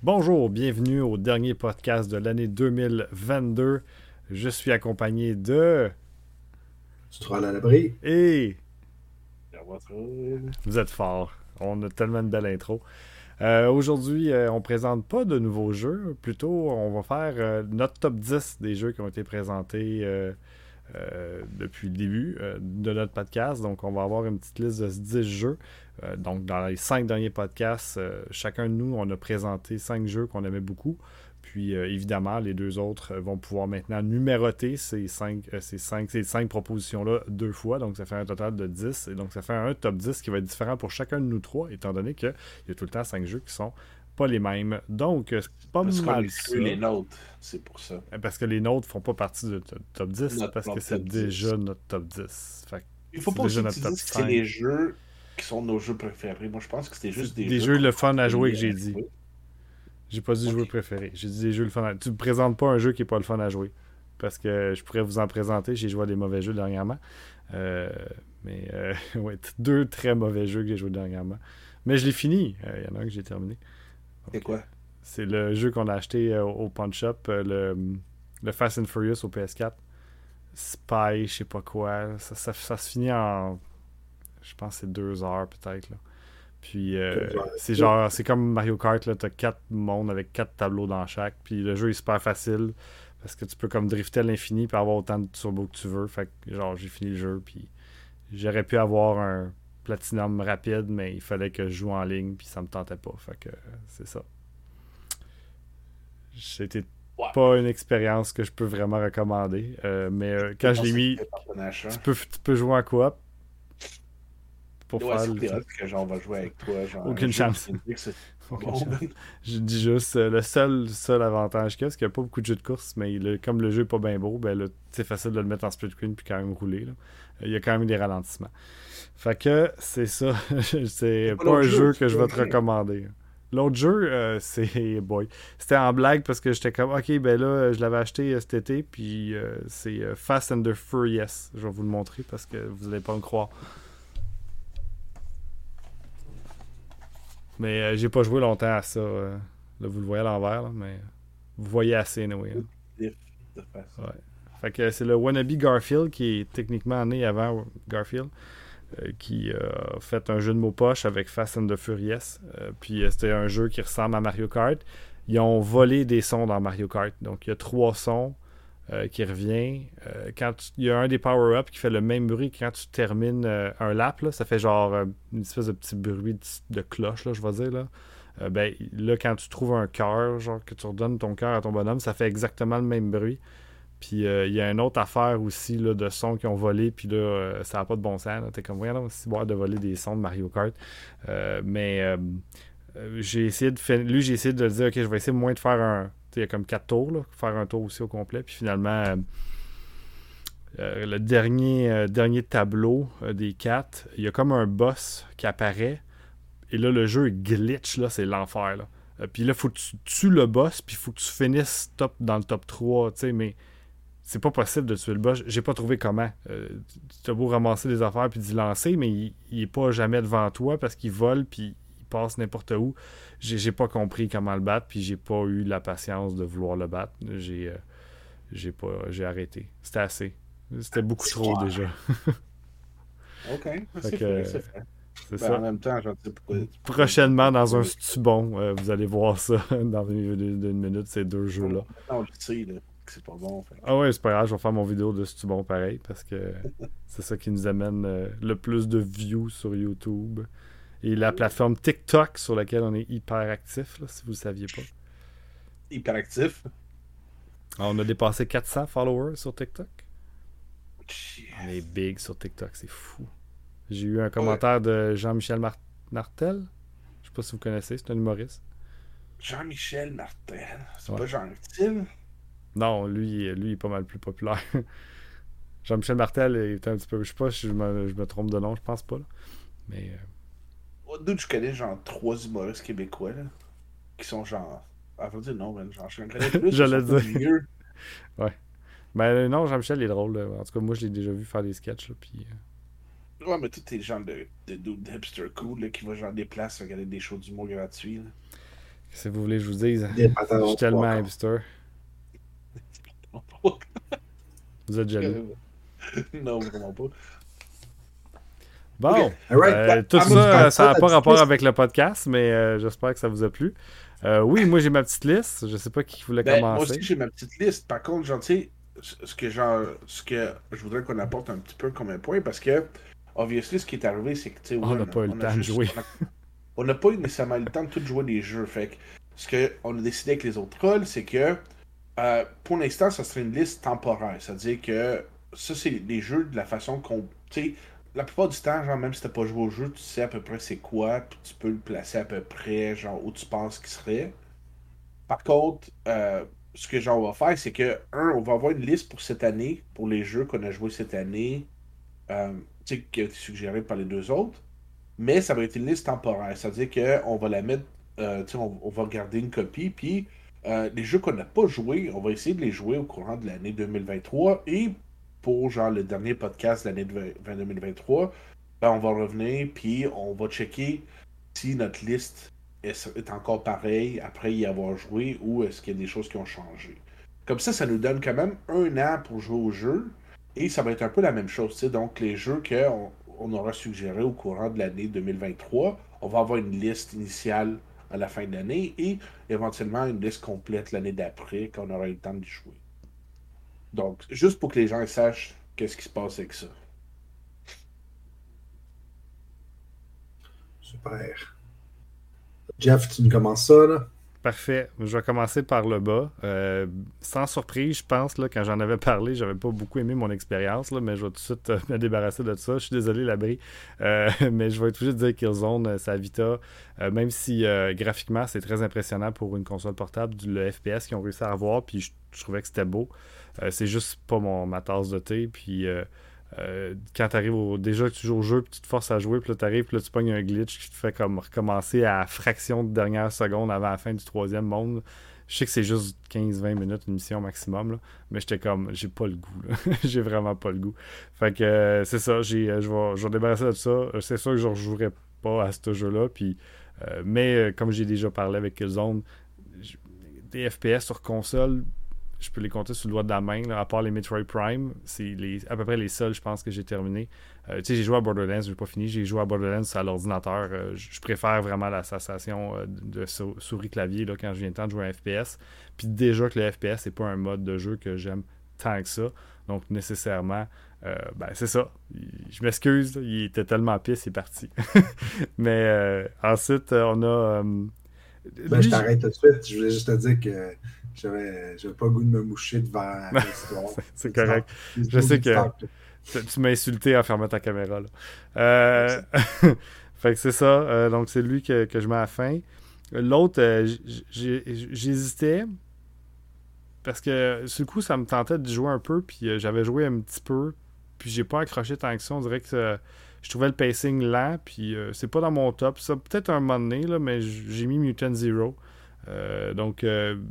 Bonjour, bienvenue au dernier podcast de l'année 2022. Je suis accompagné de... Tu te rends à l'abri? Et La voiture. vous êtes forts. On a tellement de belles intros. Aujourd'hui, on présente pas de nouveaux jeux. Plutôt, on va faire notre top 10 des jeux qui ont été présentés depuis le début de notre podcast. Donc, on va avoir une petite liste de 10 jeux. Donc, dans les 5 derniers podcasts, chacun de nous, on a présenté 5 jeux qu'on aimait beaucoup. Puis, évidemment, les deux autres vont pouvoir maintenant numéroter ces 5 propositions-là 2 fois. Donc, ça fait un total de 10. Et donc, ça fait un top 10 qui va être différent pour chacun de nous 3, étant donné qu'il y a tout le temps 5 jeux qui sont pas les mêmes. Donc, c'est pas Parce qu'on mal exclut ça. les nôtres, c'est pour ça. Parce que les nôtres font pas partie du top 10, Notre parce que propre c'est top 10. déjà notre top 10. Fait que Il faut c'est pas déjà aussi que notre tu top dises que c'est 5. les jeux qui sont nos jeux préférés. Moi, je pense que c'était C'est juste des des jeux jeux qu'on le a fun à jouer que essayé j'ai à dit. jouer. J'ai pas dit jouer Ok. préféré. J'ai dit des jeux le fun à... Tu me présentes pas un jeu qui est pas le fun à jouer. Parce que je pourrais vous en présenter. J'ai joué à des mauvais jeux dernièrement. Ouais, 2 très mauvais jeux que j'ai joué dernièrement. Mais je l'ai fini. Il y en a un que j'ai terminé. C'est Donc, quoi? c'est le jeu qu'on a acheté au Pawn Shop, le Fast and Furious au PS4. Spy, je sais pas quoi. Ça se finit en... Je pense que c'est 2 heures peut-être, là. Puis c'est genre, c'est comme Mario Kart, là, t'as 4 mondes avec 4 tableaux dans chaque. Puis le jeu est super facile parce que tu peux comme drifter à l'infini puis avoir autant de turbo que tu veux. Fait que genre, j'ai fini le jeu puis j'aurais pu avoir un platinum rapide, mais il fallait que je joue en ligne puis ça me tentait pas. Fait que c'est ça. C'était Ouais. pas une expérience que je peux vraiment recommander. Mais quand je l'ai mis, tu peux jouer en coop pour Ouais, faire c'est hot que genre on va jouer avec toi. Genre, aucune un jeu chance. qui me dit que c'est Aucune bon, chance. ben. Je dis juste, le seul avantage qu'il y a, c'est qu'il n'y a pas beaucoup de jeux de course, mais comme le jeu n'est pas bien beau, ben là, c'est facile de le mettre en split screen puis quand même rouler. Là. Il y a quand même des ralentissements. Fait que c'est ça. C'est Pas pas un l'autre jeu jeu, que je vais te recommander. L'autre jeu, c'est boy. C'était en blague parce que j'étais comme ok, ben là, je l'avais acheté cet été, puis c'est Fast and the Furious. Je vais vous le montrer parce que vous n'allez pas me croire. Mais j'ai pas joué longtemps à ça. Là, vous le voyez à l'envers, là, mais vous voyez assez, anyway. Hein. Diff de façon. Ouais. Fait que c'est le Wannabe Garfield qui est techniquement né avant Garfield, qui a fait un jeu de mots poche avec Fast and the Furious. Puis c'était un jeu qui ressemble à Mario Kart. Ils ont volé des sons dans Mario Kart. Donc il y a 3 sons qui revient. Il y a un des power-ups qui fait le même bruit quand tu termines un lap. Là, ça fait genre une espèce de petit bruit de cloche, là, je vais dire. Là. Ben, là, quand tu trouves un cœur, genre que tu redonnes ton cœur à ton bonhomme, ça fait exactement le même bruit. Puis il y a une autre affaire aussi là, de sons qui ont volé, puis là, ça n'a pas de bon sens. Là. T'es comme, voyons donc, c'est boire de voler des sons de Mario Kart. J'ai essayé de faire. Lui, j'ai essayé de le dire, ok, je vais essayer moins de faire un. Il y a comme 4 tours, là, faire un tour aussi au complet. Puis finalement, le dernier tableau des 4, il y a comme un boss qui apparaît. Et là, le jeu glitch, là, c'est l'enfer. Là. Puis là, il faut que tu tues le boss, puis il faut que tu finisses dans le top 3, tu sais, mais c'est pas possible de tuer le boss. J'ai pas trouvé comment. Tu as beau ramasser des affaires puis d'y lancer, mais il est pas jamais devant toi parce qu'il vole, puis il passe n'importe où. J'ai pas compris comment le battre, puis j'ai pas eu la patience de vouloir le battre. J'ai arrêté. C'était assez. C'était beaucoup trop déjà. Ok, Fait c'est que, fait, c'est fait. c'est Ben, en ça. même temps, je sais pourquoi. Prochainement, dans un stubon, vous allez voir ça dans une vidéo d'une minute, ces 2 jeux-là. Non, je sais là, que c'est pas bon. Fait. Ah ouais, c'est pas grave, je vais faire mon vidéo de stubon pareil, parce que c'est ça qui nous amène le plus de views sur YouTube. Et la plateforme TikTok sur laquelle on est hyper actif, là, si vous ne le saviez pas. Hyperactif. On a dépassé 400 followers sur TikTok. Shit. On est big sur TikTok, c'est fou. J'ai eu un commentaire de Jean-Michel Martel. Je sais pas si vous connaissez, c'est un humoriste. Jean-Michel Martel. C'est Ouais. pas Jean-Martel? Non, lui est pas mal plus populaire. Jean-Michel Martel est un petit peu... Je sais pas si je me trompe de nom, je pense pas. Là. Mais... D'où je connais genre 3 humoristes québécois là, qui sont genre. À vrai dire non, man, genre je connais plus. J'allais ils sont dire. vieux. Ouais. Ben non, Jean-Michel est drôle. Là. En tout cas, moi, je l'ai déjà vu faire des sketchs. Là, puis, Ouais, mais tout est genre de dude hipster cool là, qui va genre des places regarder des shows d'humour gratuits. Là. Si vous voulez que je vous dise, Des je pantalons suis tellement 3 quarts. hipster. Vous êtes jaloux. Non, vraiment pas. OK. Bon, All right. tout Parle-moi du ça, ça n'a ta pas petite rapport liste. avec le podcast, mais j'espère que ça vous a plu. Oui, moi j'ai ma petite liste. Je sais pas qui voulait Ben, moi commencer. aussi, j'ai ma petite liste. Par contre, genre, tu sais, ce que je voudrais qu'on apporte un petit peu comme un point, parce que, obviously, ce qui est arrivé, c'est que, tu sais, On n'a pas eu le temps de jouer. On n'a pas eu nécessairement le temps de tout jouer des jeux. Fait que, ce qu'on a décidé avec les autres trolls, c'est que, pour l'instant, ça serait une liste temporaire. C'est-à-dire que, ça, c'est des jeux de la façon qu'on, tu sais, la plupart du temps, genre, même si t'as pas joué au jeu, tu sais à peu près c'est quoi, puis tu peux le placer à peu près, genre, où tu penses qu'il serait. Par contre, ce que genre on va faire, c'est que, on va avoir une liste pour cette année, pour les jeux qu'on a joués cette année, euh, tu sais, qui a été suggérée par les deux autres, mais ça va être une liste temporaire. C'est-à-dire qu'on va la mettre, tu sais, on va garder une copie, puis les jeux qu'on n'a pas joués, on va essayer de les jouer au courant de l'année 2023, et pour genre le dernier podcast de l'année 2023, ben, on va revenir, puis on va checker si notre liste est encore pareille après y avoir joué ou est-ce qu'il y a des choses qui ont changé. Comme ça nous donne quand même un an pour jouer au jeu et ça va être un peu la même chose. Tu sais. Donc, les jeux qu'on aura suggérés au courant de l'année 2023, on va avoir une liste initiale à la fin de l'année et éventuellement une liste complète l'année d'après quand on aura eu le temps d'y jouer. Donc, juste pour que les gens sachent qu'est-ce qui se passe avec ça. Super. Jeff, tu nous commences ça, là? Parfait. Je vais commencer par le bas. Sans surprise, je pense, là, quand j'en avais parlé, j'avais pas beaucoup aimé mon expérience, là, mais je vais tout de suite me débarrasser de ça. Je suis désolé, Labri. Mais je vais être obligé de dire Killzone, sa Vita, même si graphiquement, c'est très impressionnant pour une console portable, le FPS qu'ils ont réussi à avoir, puis je trouvais que c'était beau. C'est juste pas ma tasse de thé, puis... quand t'arrives déjà que tu joues au jeu puis tu te forces à jouer puis là t'arrives puis là tu pognes un glitch qui te fait comme recommencer à fraction de dernière seconde avant la fin du troisième monde. Je sais que c'est juste 15-20 minutes une mission maximum là, mais j'étais comme j'ai pas le goût là. J'ai vraiment pas le goût. Fait que c'est ça, je vais débarrasser de ça. C'est sûr que je rejouerai pas à ce jeu-là puis mais comme j'ai déjà parlé avec Killzone, des FPS sur console je peux les compter sur le doigt de la main, là, à part les Metroid Prime. C'est à peu près les seuls, je pense, que j'ai terminé. Tu sais, j'ai joué à Borderlands, j'ai pas fini. J'ai joué à Borderlands à l'ordinateur. Je préfère vraiment la sensation de souris-clavier quand je viens le temps de jouer à un FPS. Puis déjà que le FPS, c'est pas un mode de jeu que j'aime tant que ça. Donc, nécessairement, c'est ça. Je m'excuse, il était tellement pisse, il est parti. Mais ensuite, on a... Je t'arrête tout de suite. Je voulais juste te dire que j'avais pas le goût de me moucher devant l'histoire. C'est correct. Je sais que tu m'as insulté en fermant ta caméra. Là. Fait que c'est ça. Donc, c'est lui que je mets à la fin. L'autre, j'hésitais parce que sur le coup, ça me tentait de jouer un peu. Puis j'avais joué un petit peu. Puis j'ai pas accroché tant que ça. On dirait que je trouvais le pacing lent. Puis c'est pas dans mon top. Ça peut-être un moment donné, là, mais j'ai mis Mutant Zero. Donc...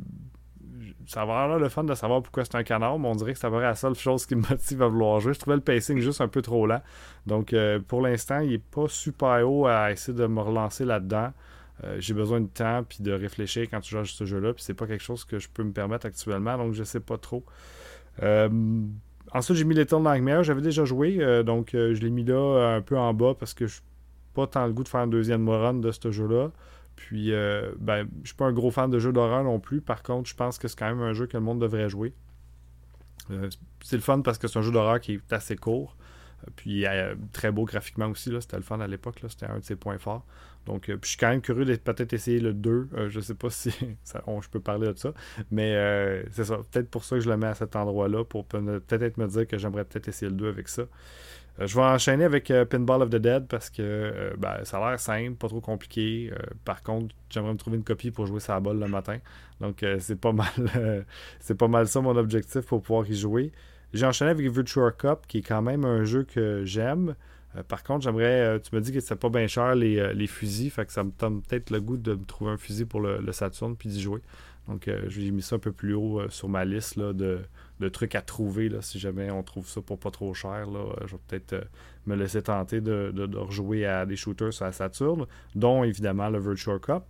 ça va avoir le fun de savoir pourquoi c'est un canard, mais on dirait que c'est la seule chose qui me motive à vouloir jouer. Je trouvais le pacing juste un peu trop lent. Donc, pour l'instant, il n'est pas super haut à essayer de me relancer là-dedans. J'ai besoin de temps puis de réfléchir quand tu joues à ce jeu-là. Puis c'est pas quelque chose que je peux me permettre actuellement, donc je sais pas trop. Ensuite, j'ai mis Little Nightmares. J'avais déjà joué, donc je l'ai mis là un peu en bas parce que je n'ai pas tant le goût de faire un deuxième run de ce jeu-là. Puis, je suis pas un gros fan de jeux d'horreur non plus. Par contre, je pense que c'est quand même un jeu que le monde devrait jouer. C'est le fun parce que c'est un jeu d'horreur qui est assez court. Puis, très beau graphiquement aussi. Là, c'était le fun à l'époque. Là, c'était un de ses points forts. Donc, puis je suis quand même curieux d'être peut-être essayer le 2. Je sais pas si je peux parler de ça. Mais c'est ça. Peut-être pour ça que je le mets à cet endroit-là. Pour peut-être me dire que j'aimerais peut-être essayer le 2 avec ça. Je vais enchaîner avec Pinball of the Dead parce que ça a l'air simple, pas trop compliqué. Par contre, j'aimerais me trouver une copie pour jouer sa balle le matin. Donc c'est pas mal c'est pas mal ça mon objectif pour pouvoir y jouer. J'ai enchaîné avec Virtua Cop qui est quand même un jeu que j'aime. Par contre, j'aimerais. Tu me dis que c'est pas bien cher les fusils, fait que ça me donne peut-être le goût de me trouver un fusil pour le Saturn puis d'y jouer. Donc j'ai mis ça un peu plus haut sur ma liste là, de trucs à trouver là, si jamais on trouve ça pour pas trop cher. Là, je vais peut-être me laisser tenter de rejouer à des shooters sur la Saturn, dont évidemment le Virtua Cop.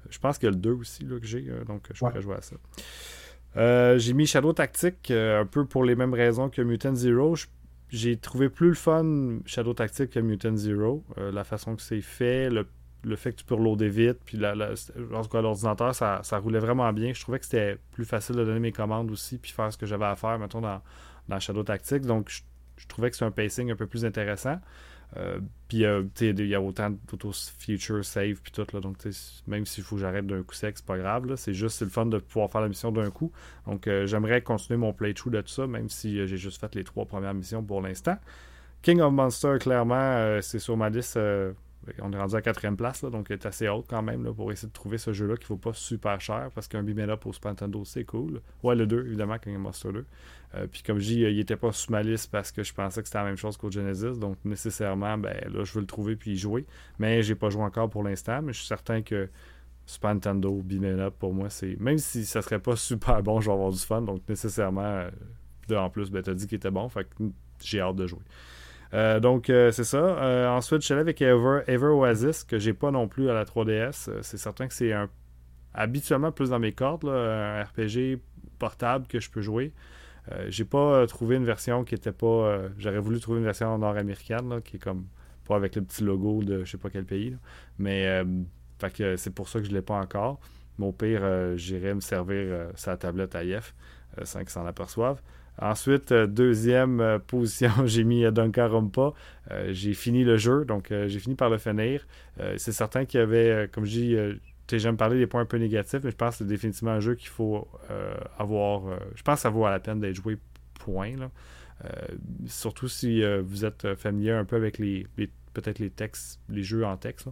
Je pense qu'il y a le 2 aussi là, que j'ai, donc je pourrais jouer à ça. J'ai mis Shadow Tactics un peu pour les mêmes raisons que Mutant Zero. J'ai trouvé plus le fun Shadow Tactics que Mutant Zero. La façon que c'est fait, le fait que tu peux reloader vite, puis en tout cas l'ordinateur, ça roulait vraiment bien. Je trouvais que c'était plus facile de donner mes commandes aussi, puis faire ce que j'avais à faire, mettons, dans Shadow Tactics. Donc, je trouvais que c'est un pacing un peu plus intéressant. Puis, il y a autant d'auto-feature save, puis tout, là, donc même s'il faut que j'arrête d'un coup sec, c'est pas grave, là, c'est le fun de pouvoir faire la mission d'un coup. Donc, j'aimerais continuer mon playthrough de tout ça, même si j'ai juste fait les 3 premières missions pour l'instant. King of Monsters, clairement, c'est sur ma liste. On est rendu à 4e place, là, donc il est assez haute quand même là, pour essayer de trouver ce jeu-là qui ne vaut pas super cher, parce qu'un beat'em up au Super Nintendo, c'est cool. Ouais, le 2, évidemment, King of Monsters 2. Puis comme je dis, il n'était pas sur ma liste parce que je pensais que c'était la même chose qu'au Genesis, donc nécessairement, ben là, je veux le trouver puis y jouer. Mais j'ai pas joué encore pour l'instant, mais je suis certain que Super Nintendo, beat'em up, pour moi, c'est... Même si ça serait pas super bon, je vais avoir du fun, donc nécessairement, en plus, ben t'as dit qu'il était bon, fait que j'ai hâte de jouer. Donc, c'est ça. Ensuite, je suis allé avec Ever Oasis, que j'ai pas non plus à la 3DS. C'est certain que c'est habituellement plus dans mes cordes, là, un RPG portable que je peux jouer. J'ai pas trouvé une version qui était pas... j'aurais voulu trouver une version nord-américaine, là, qui est comme pas avec le petit logo de je sais pas quel pays. Là. Mais fait que c'est pour ça que je l'ai pas encore. Mais au pire, j'irai me servir sa tablette AIF sans qu'ils s'en aperçoivent. Ensuite, deuxième position, j'ai mis Danganronpa. J'ai fini le jeu, donc j'ai fini par le finir. C'est certain qu'il y avait, comme je dis, j'aime parler des points un peu négatifs, mais je pense que c'est définitivement un jeu qu'il faut avoir. Je pense que ça vaut la peine d'être joué, point. Là. Surtout si vous êtes familier un peu avec peut-être les textes, les jeux en texte.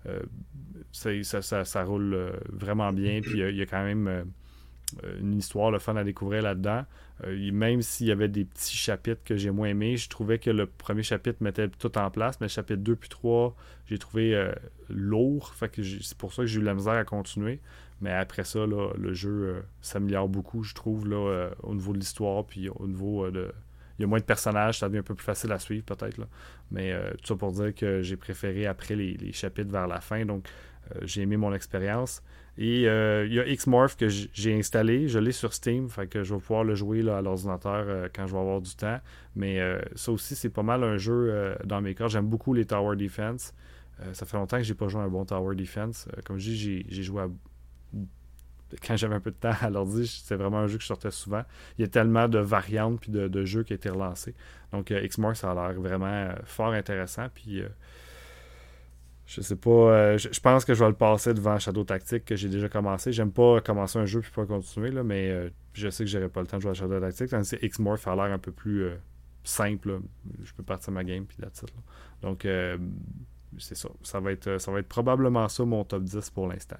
Ça roule vraiment bien, puis il y a quand même une histoire, le fun à découvrir là-dedans. Même s'il y avait des petits chapitres que j'ai moins aimés, je trouvais que le premier chapitre mettait tout en place, mais le chapitre 2 puis 3, j'ai trouvé lourd. Fait que c'est pour ça que j'ai eu la misère à continuer. Mais après ça, là, le jeu s'améliore beaucoup, je trouve, là, au niveau de l'histoire, puis au niveau de... Il y a moins de personnages, ça devient un peu plus facile à suivre, peut-être. Là. Mais tout ça pour dire que j'ai préféré après les chapitres vers la fin. Donc, j'ai aimé mon expérience. Et il y a Xmorph que j'ai installé. Je l'ai sur Steam. Fait que je vais pouvoir le jouer là, à l'ordinateur quand je vais avoir du temps. Mais ça aussi, c'est pas mal un jeu dans mes cordes. J'aime beaucoup les Tower Defense. Ça fait longtemps que j'ai pas joué à un bon Tower Defense. Comme je dis, j'ai joué quand j'avais un peu de temps à l'ordi, c'était vraiment un jeu que je sortais souvent. Il y a tellement de variantes puis de jeux qui ont été relancés. Donc, Xmorph, ça a l'air vraiment fort intéressant. Puis, je sais pas, je pense que je vais le passer devant Shadow Tactics que j'ai déjà commencé. J'aime pas commencer un jeu puis pas continuer, là, mais je sais que j'aurai pas le temps de jouer à Shadow Tactics. Tandis que Xmorph a l'air un peu plus simple. Là. Je peux partir ma game puis that's it, là. Donc, c'est ça. Ça va être probablement ça mon top 10 pour l'instant.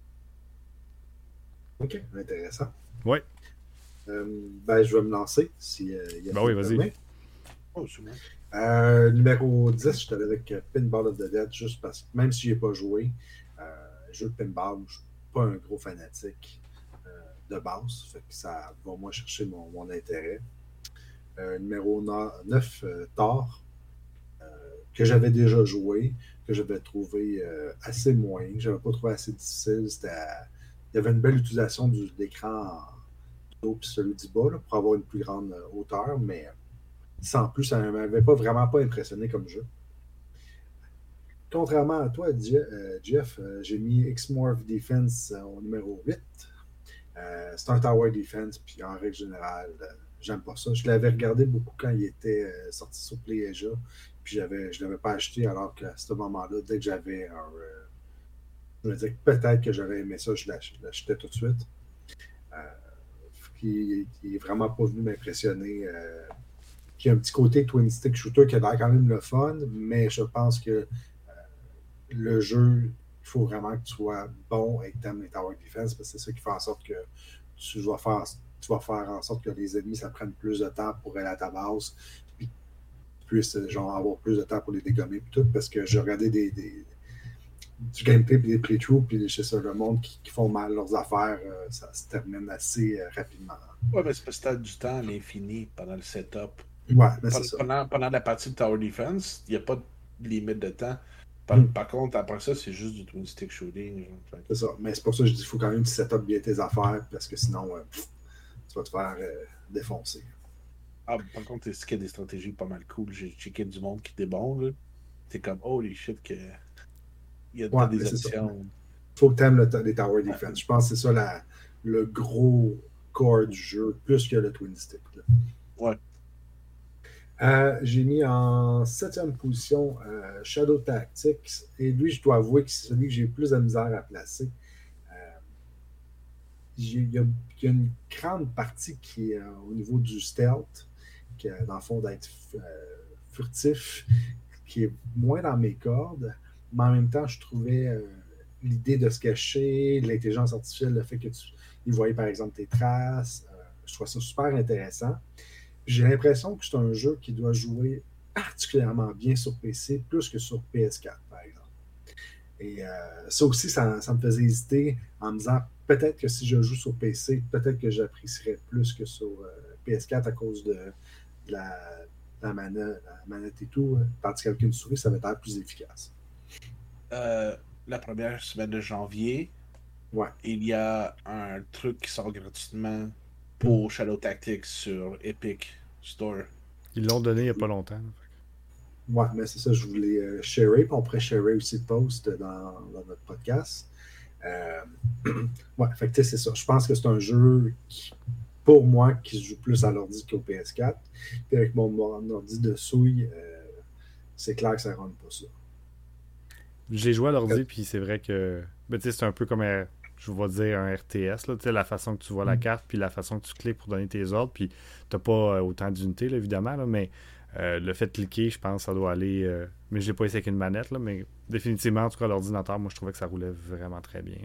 Ok, intéressant. Oui. Ben, je vais me lancer. Si, oui, vas-y. Oh, c'est bon. Numéro 10, je suis allé avec Pinball of the Dead, juste parce que même si je n'y ai pas joué, jeu de pinball, je ne suis pas un gros fanatique de base. Fait que ça va moins chercher mon intérêt. Numéro 9, Thor, que j'avais déjà joué, que j'avais trouvé assez moyen, que je n'avais pas trouvé assez difficile. Il y avait une belle utilisation de l'écran en haut et celui du bas là, pour avoir une plus grande hauteur, mais sans plus, ça ne m'avait vraiment pas impressionné comme jeu. Contrairement à toi, Jeff, j'ai mis Xmorph Defense au numéro 8. C'est un Tower Defense, puis en règle générale, j'aime pas ça. Je l'avais regardé beaucoup quand il était sorti sur PlayAsia, puis je ne l'avais pas acheté, alors qu'à ce moment-là, dès que j'avais je me disais que peut-être que j'aurais aimé ça, je l'achetais tout de suite. Il est vraiment pas venu m'impressionner. Il y a un petit côté twin stick shooter qui a l'air quand même le fun, mais je pense que le jeu, il faut vraiment que tu sois bon et que tu aimes les Tower Defense, parce que c'est ça qui fait en sorte que tu vas faire en sorte que les ennemis, ça prenne plus de temps pour aller à ta base, puis tu puisses avoir plus de temps pour les dégommer, puis tout, parce que j'ai regardé du gameplay et des playthroughs, puis chez ça, le monde qui font mal leurs affaires, ça se termine assez rapidement. Ouais, mais c'est parce que tu as du temps à l'infini pendant le setup. Ouais, mais c'est ça. Pendant la partie de Tower Defense, il n'y a pas de limite de temps. Par contre, après ça, c'est juste du twin stick shooting. C'est ça. Mais c'est pour ça que je dis qu'il faut quand même que tu set up bien tes affaires parce que sinon, tu vas te faire défoncer. Par contre, est-ce qu'il y a des stratégies pas mal cool? J'ai checké du monde qui était bon, là. C'est comme, holy shit, que il y a Ouais, des mais c'est ça. options. Faut que tu aimes les tower defense. Je pense que c'est ça le gros core du jeu, plus que le twin stick. Là. Ouais. J'ai mis en 7e position Shadow Tactics. Et lui, je dois avouer que c'est celui que j'ai le plus de misère à placer. Il y a une grande partie qui est au niveau du stealth, qui est dans le fond d'être furtif, qui est moins dans mes cordes. Mais en même temps, je trouvais l'idée de se cacher, l'intelligence artificielle, le fait que tu voyais par exemple tes traces. Je trouve ça super intéressant. J'ai l'impression que c'est un jeu qui doit jouer particulièrement bien sur PC, plus que sur PS4, par exemple. Et ça aussi, ça me faisait hésiter en me disant peut-être que si je joue sur PC, peut-être que j'apprécierais plus que sur PS4 à cause de la manette et tout. Tandis qu'avec une souris, ça va être plus efficace. La première semaine de janvier, ouais. Il y a un truc qui sort gratuitement pour Shadow Tactics sur Epic Store. Ils l'ont donné il n'y a pas longtemps. Ouais, mais c'est ça, je voulais sharer, puis on pourrait sharer aussi le post dans notre podcast. Ouais, fait que c'est ça. Je pense que c'est un jeu qui, pour moi, qui se joue plus à l'ordi qu'au PS4. Puis avec mon ordi de souille, c'est clair que ça ne rend pas ça. J'ai joué à l'ordi, puis c'est vrai que c'est un peu comme je vais dire un RTS, là, la façon que tu vois la carte, puis la façon que tu cliques pour donner tes ordres, puis t'as pas autant d'unités, là, évidemment, là, mais le fait de cliquer, je pense que ça doit aller... mais je l'ai pas essayé avec une manette, là, mais définitivement, en tout cas, l'ordinateur, moi, je trouvais que ça roulait vraiment très bien.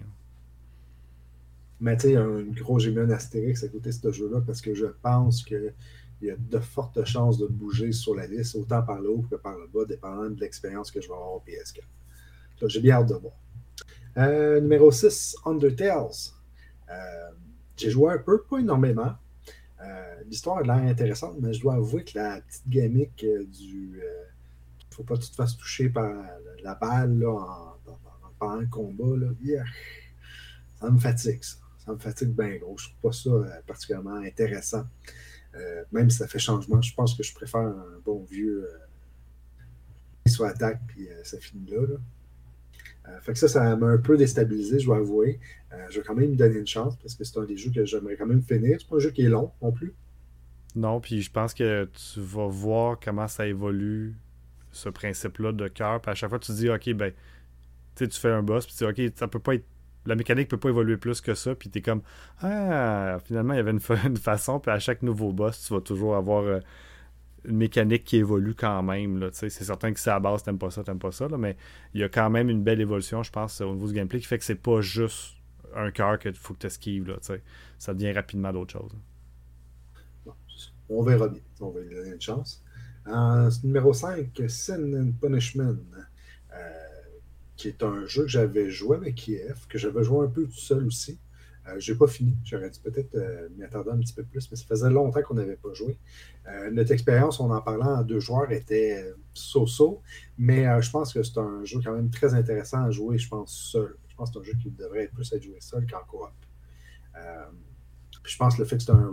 Mais tu sais, j'ai mis un astérix à côté de ce jeu-là parce que je pense qu'il y a de fortes chances de bouger sur la liste, autant par le haut que par le bas, dépendant de l'expérience que je vais avoir au PS4. Là, j'ai bien hâte de voir. Numéro 6, Undertales. J'ai joué un peu, pas énormément. L'histoire a l'air intéressante, mais je dois avouer que la petite gimmick du... il ne faut pas que tu te fasses toucher par la balle là, pendant le combat. Là, ça me fatigue, ça. Ça me fatigue bien gros. Je ne trouve pas ça particulièrement intéressant. Même si ça fait changement, je pense que je préfère un bon vieux sur attaque, puis ça finit là. Fait que ça m'a un peu déstabilisé, je dois avouer. Je vais quand même me donner une chance parce que c'est un des jeux que j'aimerais quand même finir. C'est pas un jeu qui est long non plus. Non, puis je pense que tu vas voir comment ça évolue, ce principe-là de cœur. Puis à chaque fois, tu te dis, OK, ben, tu fais un boss, puis tu dis, OK, ça peut pas être. La mécanique peut pas évoluer plus que ça, puis t'es comme, ah, finalement, il y avait une façon, puis à chaque nouveau boss, tu vas toujours avoir une mécanique qui évolue quand même. Là, c'est certain que si à la base, t'aimes pas ça, là, mais il y a quand même une belle évolution, je pense, au niveau du gameplay, qui fait que c'est pas juste un cœur qu'il faut que tu esquives. Ça devient rapidement d'autres choses. Bon, on verra bien. On va lui donner une chance. Numéro 5, Sin and Punishment, qui est un jeu que j'avais joué avec Kiev, que j'avais joué un peu tout seul aussi. Je n'ai pas fini. J'aurais dû peut-être m'y attarder un petit peu plus, mais ça faisait longtemps qu'on n'avait pas joué. Notre expérience, on en parlant à 2 joueurs, était so-so, mais je pense que c'est un jeu quand même très intéressant à jouer, je pense, seul. Je pense que c'est un jeu qui devrait être plus à jouer seul qu'en coop. Puis je pense que le fait que c'est un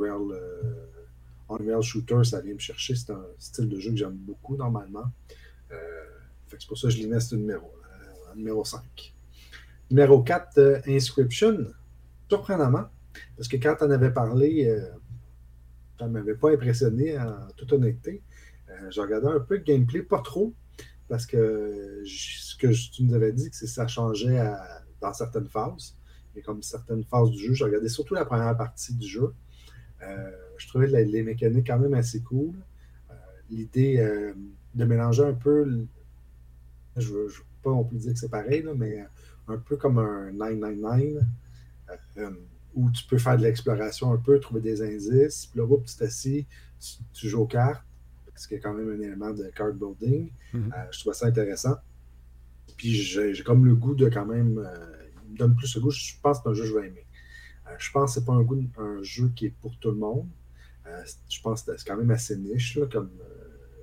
Unreal Shooter, ça vient me chercher. C'est un style de jeu que j'aime beaucoup normalement. Fait que c'est pour ça que je l'ai mis à ce numéro 5. Numéro 4, Inscription. Surprenamment, parce que quand on avait parlé, ça ne m'avait pas impressionné en toute honnêteté. J'ai regardé un peu le gameplay, pas trop, parce que ce que tu nous avais dit, c'est que ça changeait dans certaines phases. Et comme certaines phases du jeu, j'ai regardé surtout la première partie du jeu. Je trouvais les mécaniques quand même assez cool. L'idée de mélanger un peu, je ne veux pas on peut dire que c'est pareil, là, mais un peu comme un 999, où tu peux faire de l'exploration un peu, trouver des indices, puis là, tu t'assis, tu joues aux cartes, parce qu'il y a quand même un élément de card building. Je trouve ça intéressant. Puis j'ai comme le goût de quand même... il me donne plus le goût. Je pense que c'est un jeu que je vais aimer. Je pense que c'est pas un jeu qui est pour tout le monde. Je pense que c'est quand même assez niche, là, comme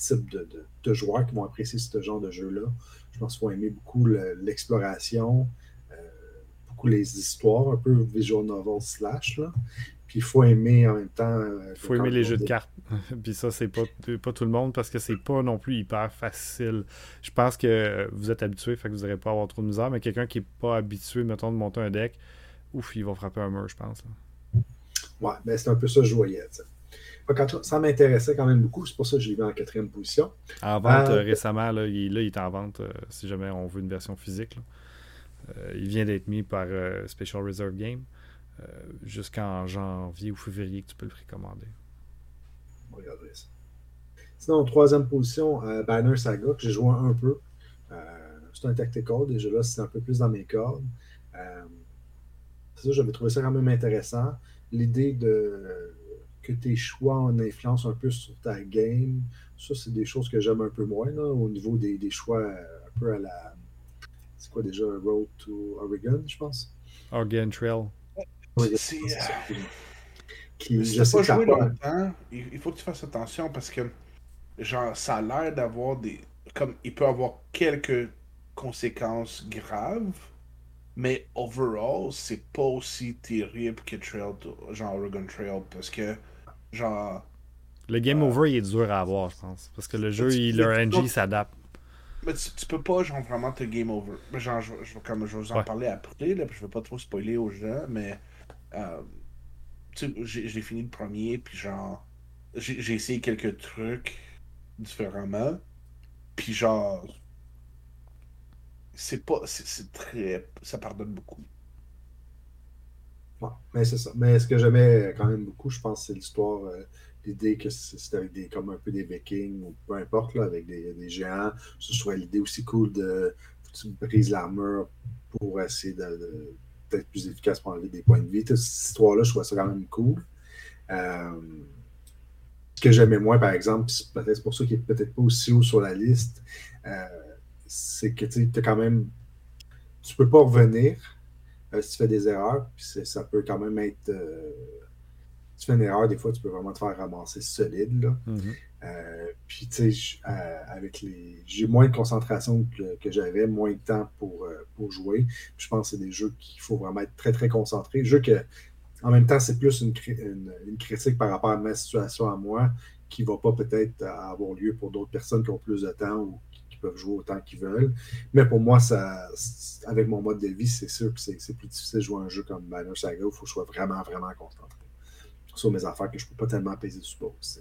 type de joueurs qui vont apprécier ce genre de jeu-là. Je pense qu'il faut aimer beaucoup l'exploration, beaucoup les histoires, un peu visual novel slash, là. Puis il faut aimer en même temps... Il faut aimer les jeux de cartes. Puis ça, c'est pas tout le monde parce que c'est pas non plus hyper facile. Je pense que vous êtes habitué, fait que vous n'aurez pas à avoir trop de misère, mais quelqu'un qui est pas habitué, mettons, de monter un deck, ouf, il va frapper un mur, je pense. Là. Ouais, mais c'est un peu ça que je voyais, t'sais. Ça m'intéressait quand même beaucoup, c'est pour ça que je l'ai mis en 4e position. En vente récemment, là, il est en vente si jamais on veut une version physique. Il vient d'être mis par Special Reserve Game. Jusqu'en janvier ou février que tu peux le précommander. On va regarder ça. Sinon, en 3e position, Banner Saga, que j'ai joué un peu. C'est un tactical, déjà là, c'est un peu plus dans mes cordes. C'est ça, j'avais trouvé ça quand même intéressant. L'idée que tes choix en influencent un peu sur ta game, ça, c'est des choses que j'aime un peu moins, là, au niveau des choix un peu à la... C'est quoi déjà? Road to Oregon, je pense? Oregon Trail. Si tu n'as pas joué longtemps, il faut que tu fasses attention parce que genre ça a l'air d'avoir des... Comme il peut avoir quelques conséquences graves, mais overall, c'est pas aussi terrible que genre Oregon Trail parce que genre... Le game over, il est dur à avoir, je pense. Parce que le jeu, le RNG s'adapte. Mais tu peux pas genre vraiment te game over. Genre, comme je vais vous en parler après, là, je vais pas trop spoiler aux gens, mais j'ai fini le premier, puis genre j'ai essayé quelques trucs différemment, puis genre c'est très... ça pardonne beaucoup. Ouais, mais c'est ça. Mais ce que j'aimais quand même beaucoup, je pense, c'est l'histoire, l'idée que c'est avec comme un peu des Vikings, ou peu importe, là, avec des géants. Ce soit l'idée aussi cool de tu brises l'armure pour essayer d'être plus efficace pour enlever des points de vie. Toute cette histoire-là, je trouvais ça quand même cool. Ce que j'aimais moins, par exemple, peut-être c'est pour ça qu'il n'est peut-être pas aussi haut sur la liste, c'est que tu as quand même. Tu peux pas revenir si tu fais des erreurs, puis ça peut quand même être. Si tu fais une erreur, des fois, tu peux vraiment te faire ramasser solide. Là. Puis, tu sais, j'ai moins de concentration que j'avais, moins de temps pour jouer. Puis, je pense que c'est des jeux qu'il faut vraiment être très, très concentré. Jeux que, en même temps, c'est plus une critique par rapport à ma situation à moi qui ne va pas peut-être avoir lieu pour d'autres personnes qui ont plus de temps ou qui peuvent jouer autant qu'ils veulent. Mais pour moi, avec mon mode de vie, c'est sûr que c'est plus difficile de jouer un jeu comme Banner Saga où il faut que je sois vraiment, vraiment concentré sur mes affaires que je ne peux pas tellement peser du support aussi.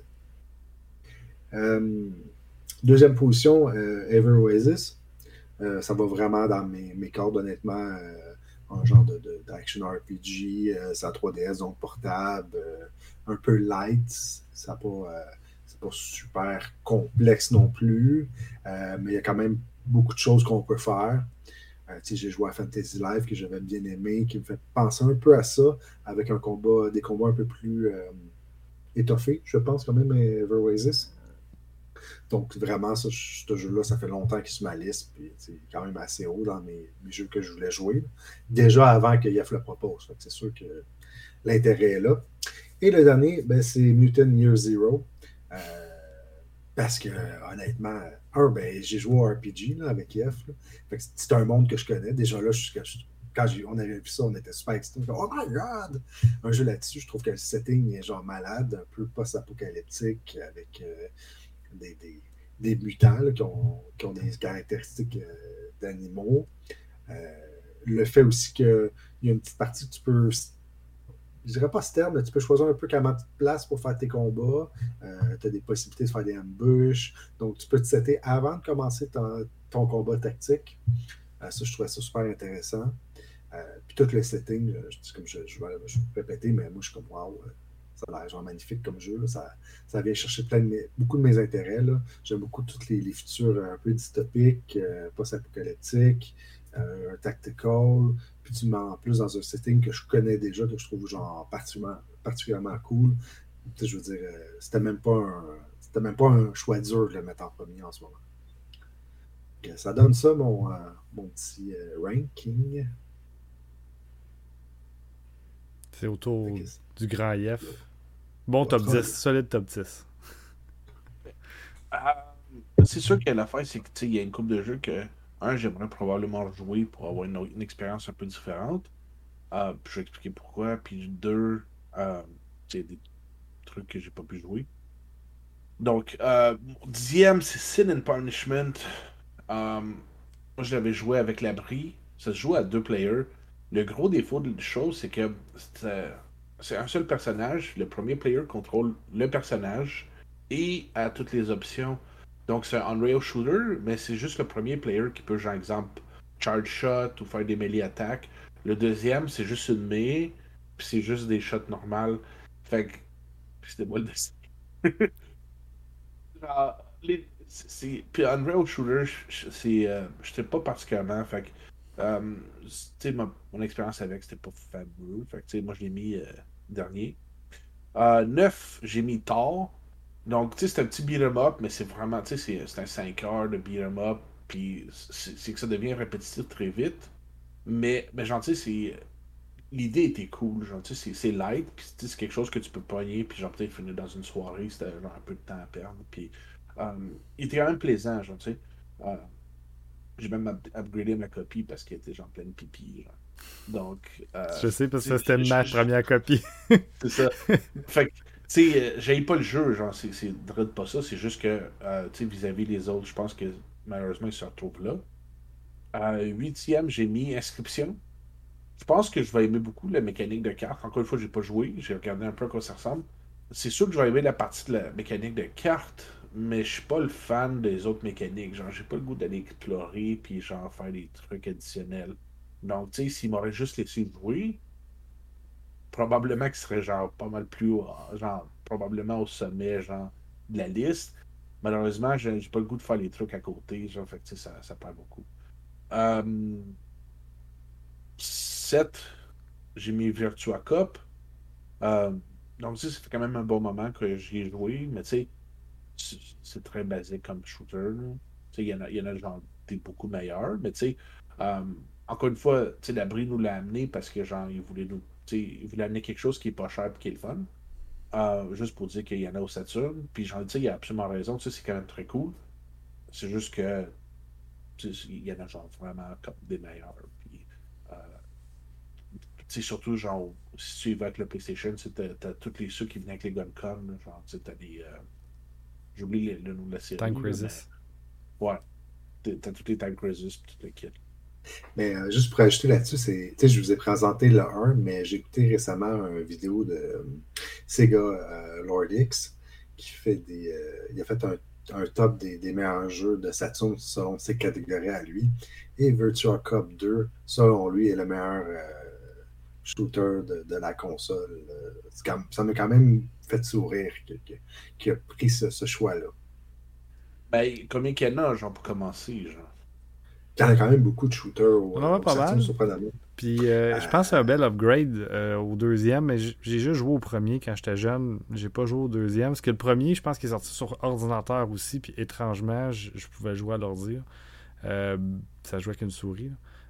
2e position, Ever Oasis. Ça va vraiment dans mes cordes, honnêtement. Un genre d'action RPG, c'est à 3DS, donc portable, un peu light. C'est pas super complexe non plus, mais il y a quand même beaucoup de choses qu'on peut faire. J'ai joué à Fantasy Life que j'avais bien aimé, qui me fait penser un peu à ça, avec des combats un peu plus étoffés, je pense, quand même, Ever Oasis. Donc, vraiment, ce jeu-là, ça fait longtemps qu'il est sur ma liste, puis c'est quand même assez haut dans mes jeux que je voulais jouer. Déjà avant que Yef le propose. C'est sûr que l'intérêt est là. Et le dernier, c'est Mutant Year Zero. Parce que, honnêtement, j'ai joué au RPG là, avec Yef. C'est un monde que je connais. Déjà là, quand on avait vu ça, on était super excités. Oh my god! Un jeu là-dessus, je trouve que le setting est genre malade, un peu post-apocalyptique, avec des mutants là, qui ont des caractéristiques d'animaux. Le fait aussi qu'il y a une petite partie que tu peux, je dirais pas stern, mais tu peux choisir un peu comment tu te places pour faire tes combats. Tu as des possibilités de faire des ambush. Donc, tu peux te setter avant de commencer ton combat tactique. Ça, je trouvais ça super intéressant. Puis tout le setting, comme je vais répéter, mais moi, je suis comme wow. Ça a l'air genre magnifique comme jeu. Là. Ça vient chercher beaucoup de mes intérêts. Là. J'aime beaucoup toutes les futurs un peu dystopiques, post-apocalyptiques, un tactical. Puis tu mets en plus dans un setting que je connais déjà, que je trouve genre particulièrement cool. Tu sais, je veux dire, c'était même pas un choix dur de le mettre en premier en ce moment. Donc, ça donne ça, mon petit ranking. C'est autour du grand IF. Bon top 10, solide top 10. c'est sûr que l'affaire, c'est que il y a une couple de jeux que, j'aimerais probablement jouer pour avoir une expérience un peu différente. Puis je vais expliquer pourquoi. Puis deux, c'est des trucs que j'ai pas pu jouer. Donc, mon 10e, c'est Sin and Punishment. Moi, je l'avais joué avec l'abri. Ça se joue à 2 players. Le gros défaut de la chose, c'est que c'est un seul personnage. Le premier player contrôle le personnage et a toutes les options. Donc, c'est un on-rail shooter, mais c'est juste le premier player qui peut, genre, exemple, charge shot ou faire des melee attaques. Le deuxième, c'est juste une mêlée, puis c'est juste des shots normales. Fait que, c'était moi le dessin. Puis Unreal Shooter, je sais pas particulièrement. Fait que, tu sais, mon expérience avec, c'était pas fameux. Fait que, tu sais, moi, je l'ai mis dernier. 9, j'ai mis Thor. Donc, tu sais, c'est un petit beat'em up, mais c'est vraiment, tu sais, c'est un 5 heures de beat'em up. Puis, c'est que ça devient répétitif très vite. Mais genre, tu sais, l'idée était cool. Genre, tu sais, c'est light. Puis, tu sais, c'est quelque chose que tu peux pogner. Puis, genre, peut-être finir dans une soirée. C'était genre un peu de temps à perdre. Puis, il était quand même plaisant, genre, tu sais. Euh, j'ai même upgradé ma copie parce qu'elle était genre pleine pipi. Genre. Donc, Je sais parce que tu c'était sais, ma première copie. c'est ça. Fait que, tu sais, j'aille pas le jeu, genre, c'est pas ça. C'est juste que, tu sais, vis-à-vis les autres, je pense que malheureusement, ils se retrouvent là. 8e, j'ai mis Inscription. Je pense que je vais aimer beaucoup la mécanique de cartes. Encore une fois, j'ai pas joué. J'ai regardé un peu à quoi ça ressemble. C'est sûr que je vais aimer la partie de la mécanique de cartes, mais je suis pas le fan des autres mécaniques. Genre, j'ai pas le goût d'aller explorer puis genre faire des trucs additionnels. Donc, tu sais, s'il m'aurait juste laissé jouer, probablement qu'il serait genre pas mal plus haut, genre probablement au sommet genre de la liste. Malheureusement, j'ai pas le goût de faire les trucs à côté, genre, fait que tu sais, ça perd beaucoup. Euh, 7, j'ai mis Virtua Cop. Euh, donc, tu sais, ça fait quand même un bon moment que j'y ai joué, mais tu sais, c'est très basique comme shooter. Là. Tu sais, il y en a genre des beaucoup meilleurs, mais tu sais, euh, encore une fois, tu sais, l'abri nous l'a amené parce que genre, il voulait amener quelque chose qui est pas cher et qui est le fun. Juste pour dire qu'il y en a au Saturn. Puis genre, tu sais, il a absolument raison, tu sais, c'est quand même très cool. C'est juste que tu sais, il y en a genre vraiment comme des meilleurs. Puis, euh, tu sais, surtout, genre, si tu y vas avec le PlayStation, tu sais, t'as tous les ceux qui venaient avec les Gun-Con, là, genre, tu sais, t'as des. J'oublie le nom de la série, Tank là, mais Resist. ouais, t'as tous les Time Crisis pis tout le kit. Mais juste pour ajouter là-dessus, je vous ai présenté le 1, mais j'ai écouté récemment une vidéo de Sega Lord X qui fait il a fait un top des meilleurs jeux de Saturn selon ses catégories à lui. Et Virtua Cop 2, selon lui, est le meilleur shooter de la console. Ça m'a quand même fait sourire qu'il a pris ce choix-là. Ben, combien qu'il y en a, genre, pour commencer, genre? Il y en a quand même beaucoup de shooters On en a au pas Saturn, mal. surprenamment. Puis je pense que c'est un bel upgrade au deuxième, mais j'ai juste joué au premier quand j'étais jeune. J'ai pas joué au deuxième. Parce que le premier, je pense qu'il est sorti sur ordinateur aussi, puis étrangement, je pouvais jouer à l'ordi. Ça jouait avec une souris.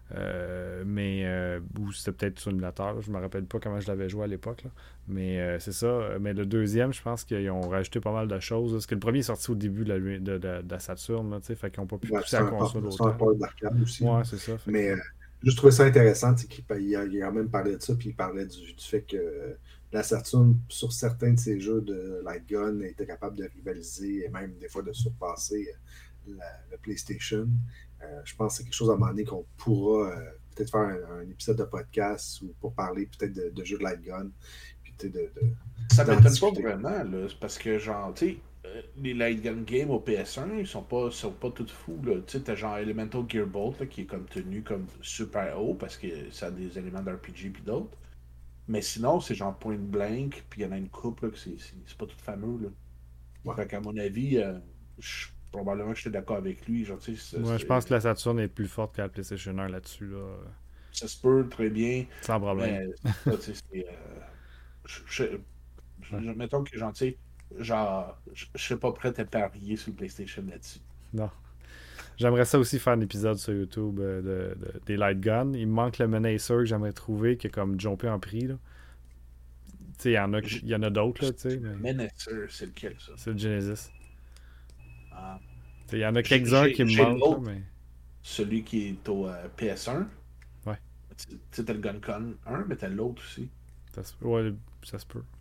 Ou c'était peut-être sur l'émulateur. Je me rappelle pas comment je l'avais joué à l'époque. Là. Mais c'est ça. Mais le deuxième, je pense qu'ils ont rajouté pas mal de choses. Parce que le premier est sorti au début de la Saturn. Là, fait qu'ils n'ont pas pu pousser la console C'est un autant. port d'arcade aussi. Ouais, c'est ça. Mais je trouvais ça intéressant qu'il a quand même parlé de ça, puis il parlait du fait que la Saturn, sur certains de ses jeux de Light Gun, était capable de rivaliser et même des fois de surpasser le PlayStation. Je pense que c'est quelque chose à un moment donné qu'on pourra peut-être faire un épisode de podcast ou pour parler peut-être de jeux de Light Gun. Puis Ça d'en m'étonne pas discuter. vraiment, là, parce que, genre, tu sais, les Light Gun Games au PS1, ils sont pas tous fous, là. Tu sais, t'as genre Elemental Gearbolt, là, qui est comme tenu comme super haut, parce que ça a des éléments d'RPG puis d'autres. Mais sinon, c'est genre Point Blank, puis il y en a une couple, là, que c'est pas tout fameux, là. Ouais. Fait qu'à mon avis, probablement que j'étais d'accord avec lui, genre, tu sais, Ouais, je pense que la Saturn est plus forte que la PlayStation 1 là-dessus. Là. ça se peut très bien, Sans problème. mais ça, tu sais, je- mettons que, genre, tu sais, genre, je serais pas prêt à parier sur le PlayStation là-dessus. Non. J'aimerais ça aussi faire un épisode sur YouTube des Light Guns. Il me manque le Menacer que j'aimerais trouver, qui est comme jumpé en prix. Là. Tu sais, il y en a d'autres, là, tu sais. Mais... Menacer, c'est lequel, ça? C'est le Genesis. Ah. Il y en a quelques-uns qui me J'ai manquent, là, l'autre, mais... celui qui est au PS1. Ouais. Tu sais, t'as le GunCon 1, mais t'as l'autre aussi. Ouais, ça se peut.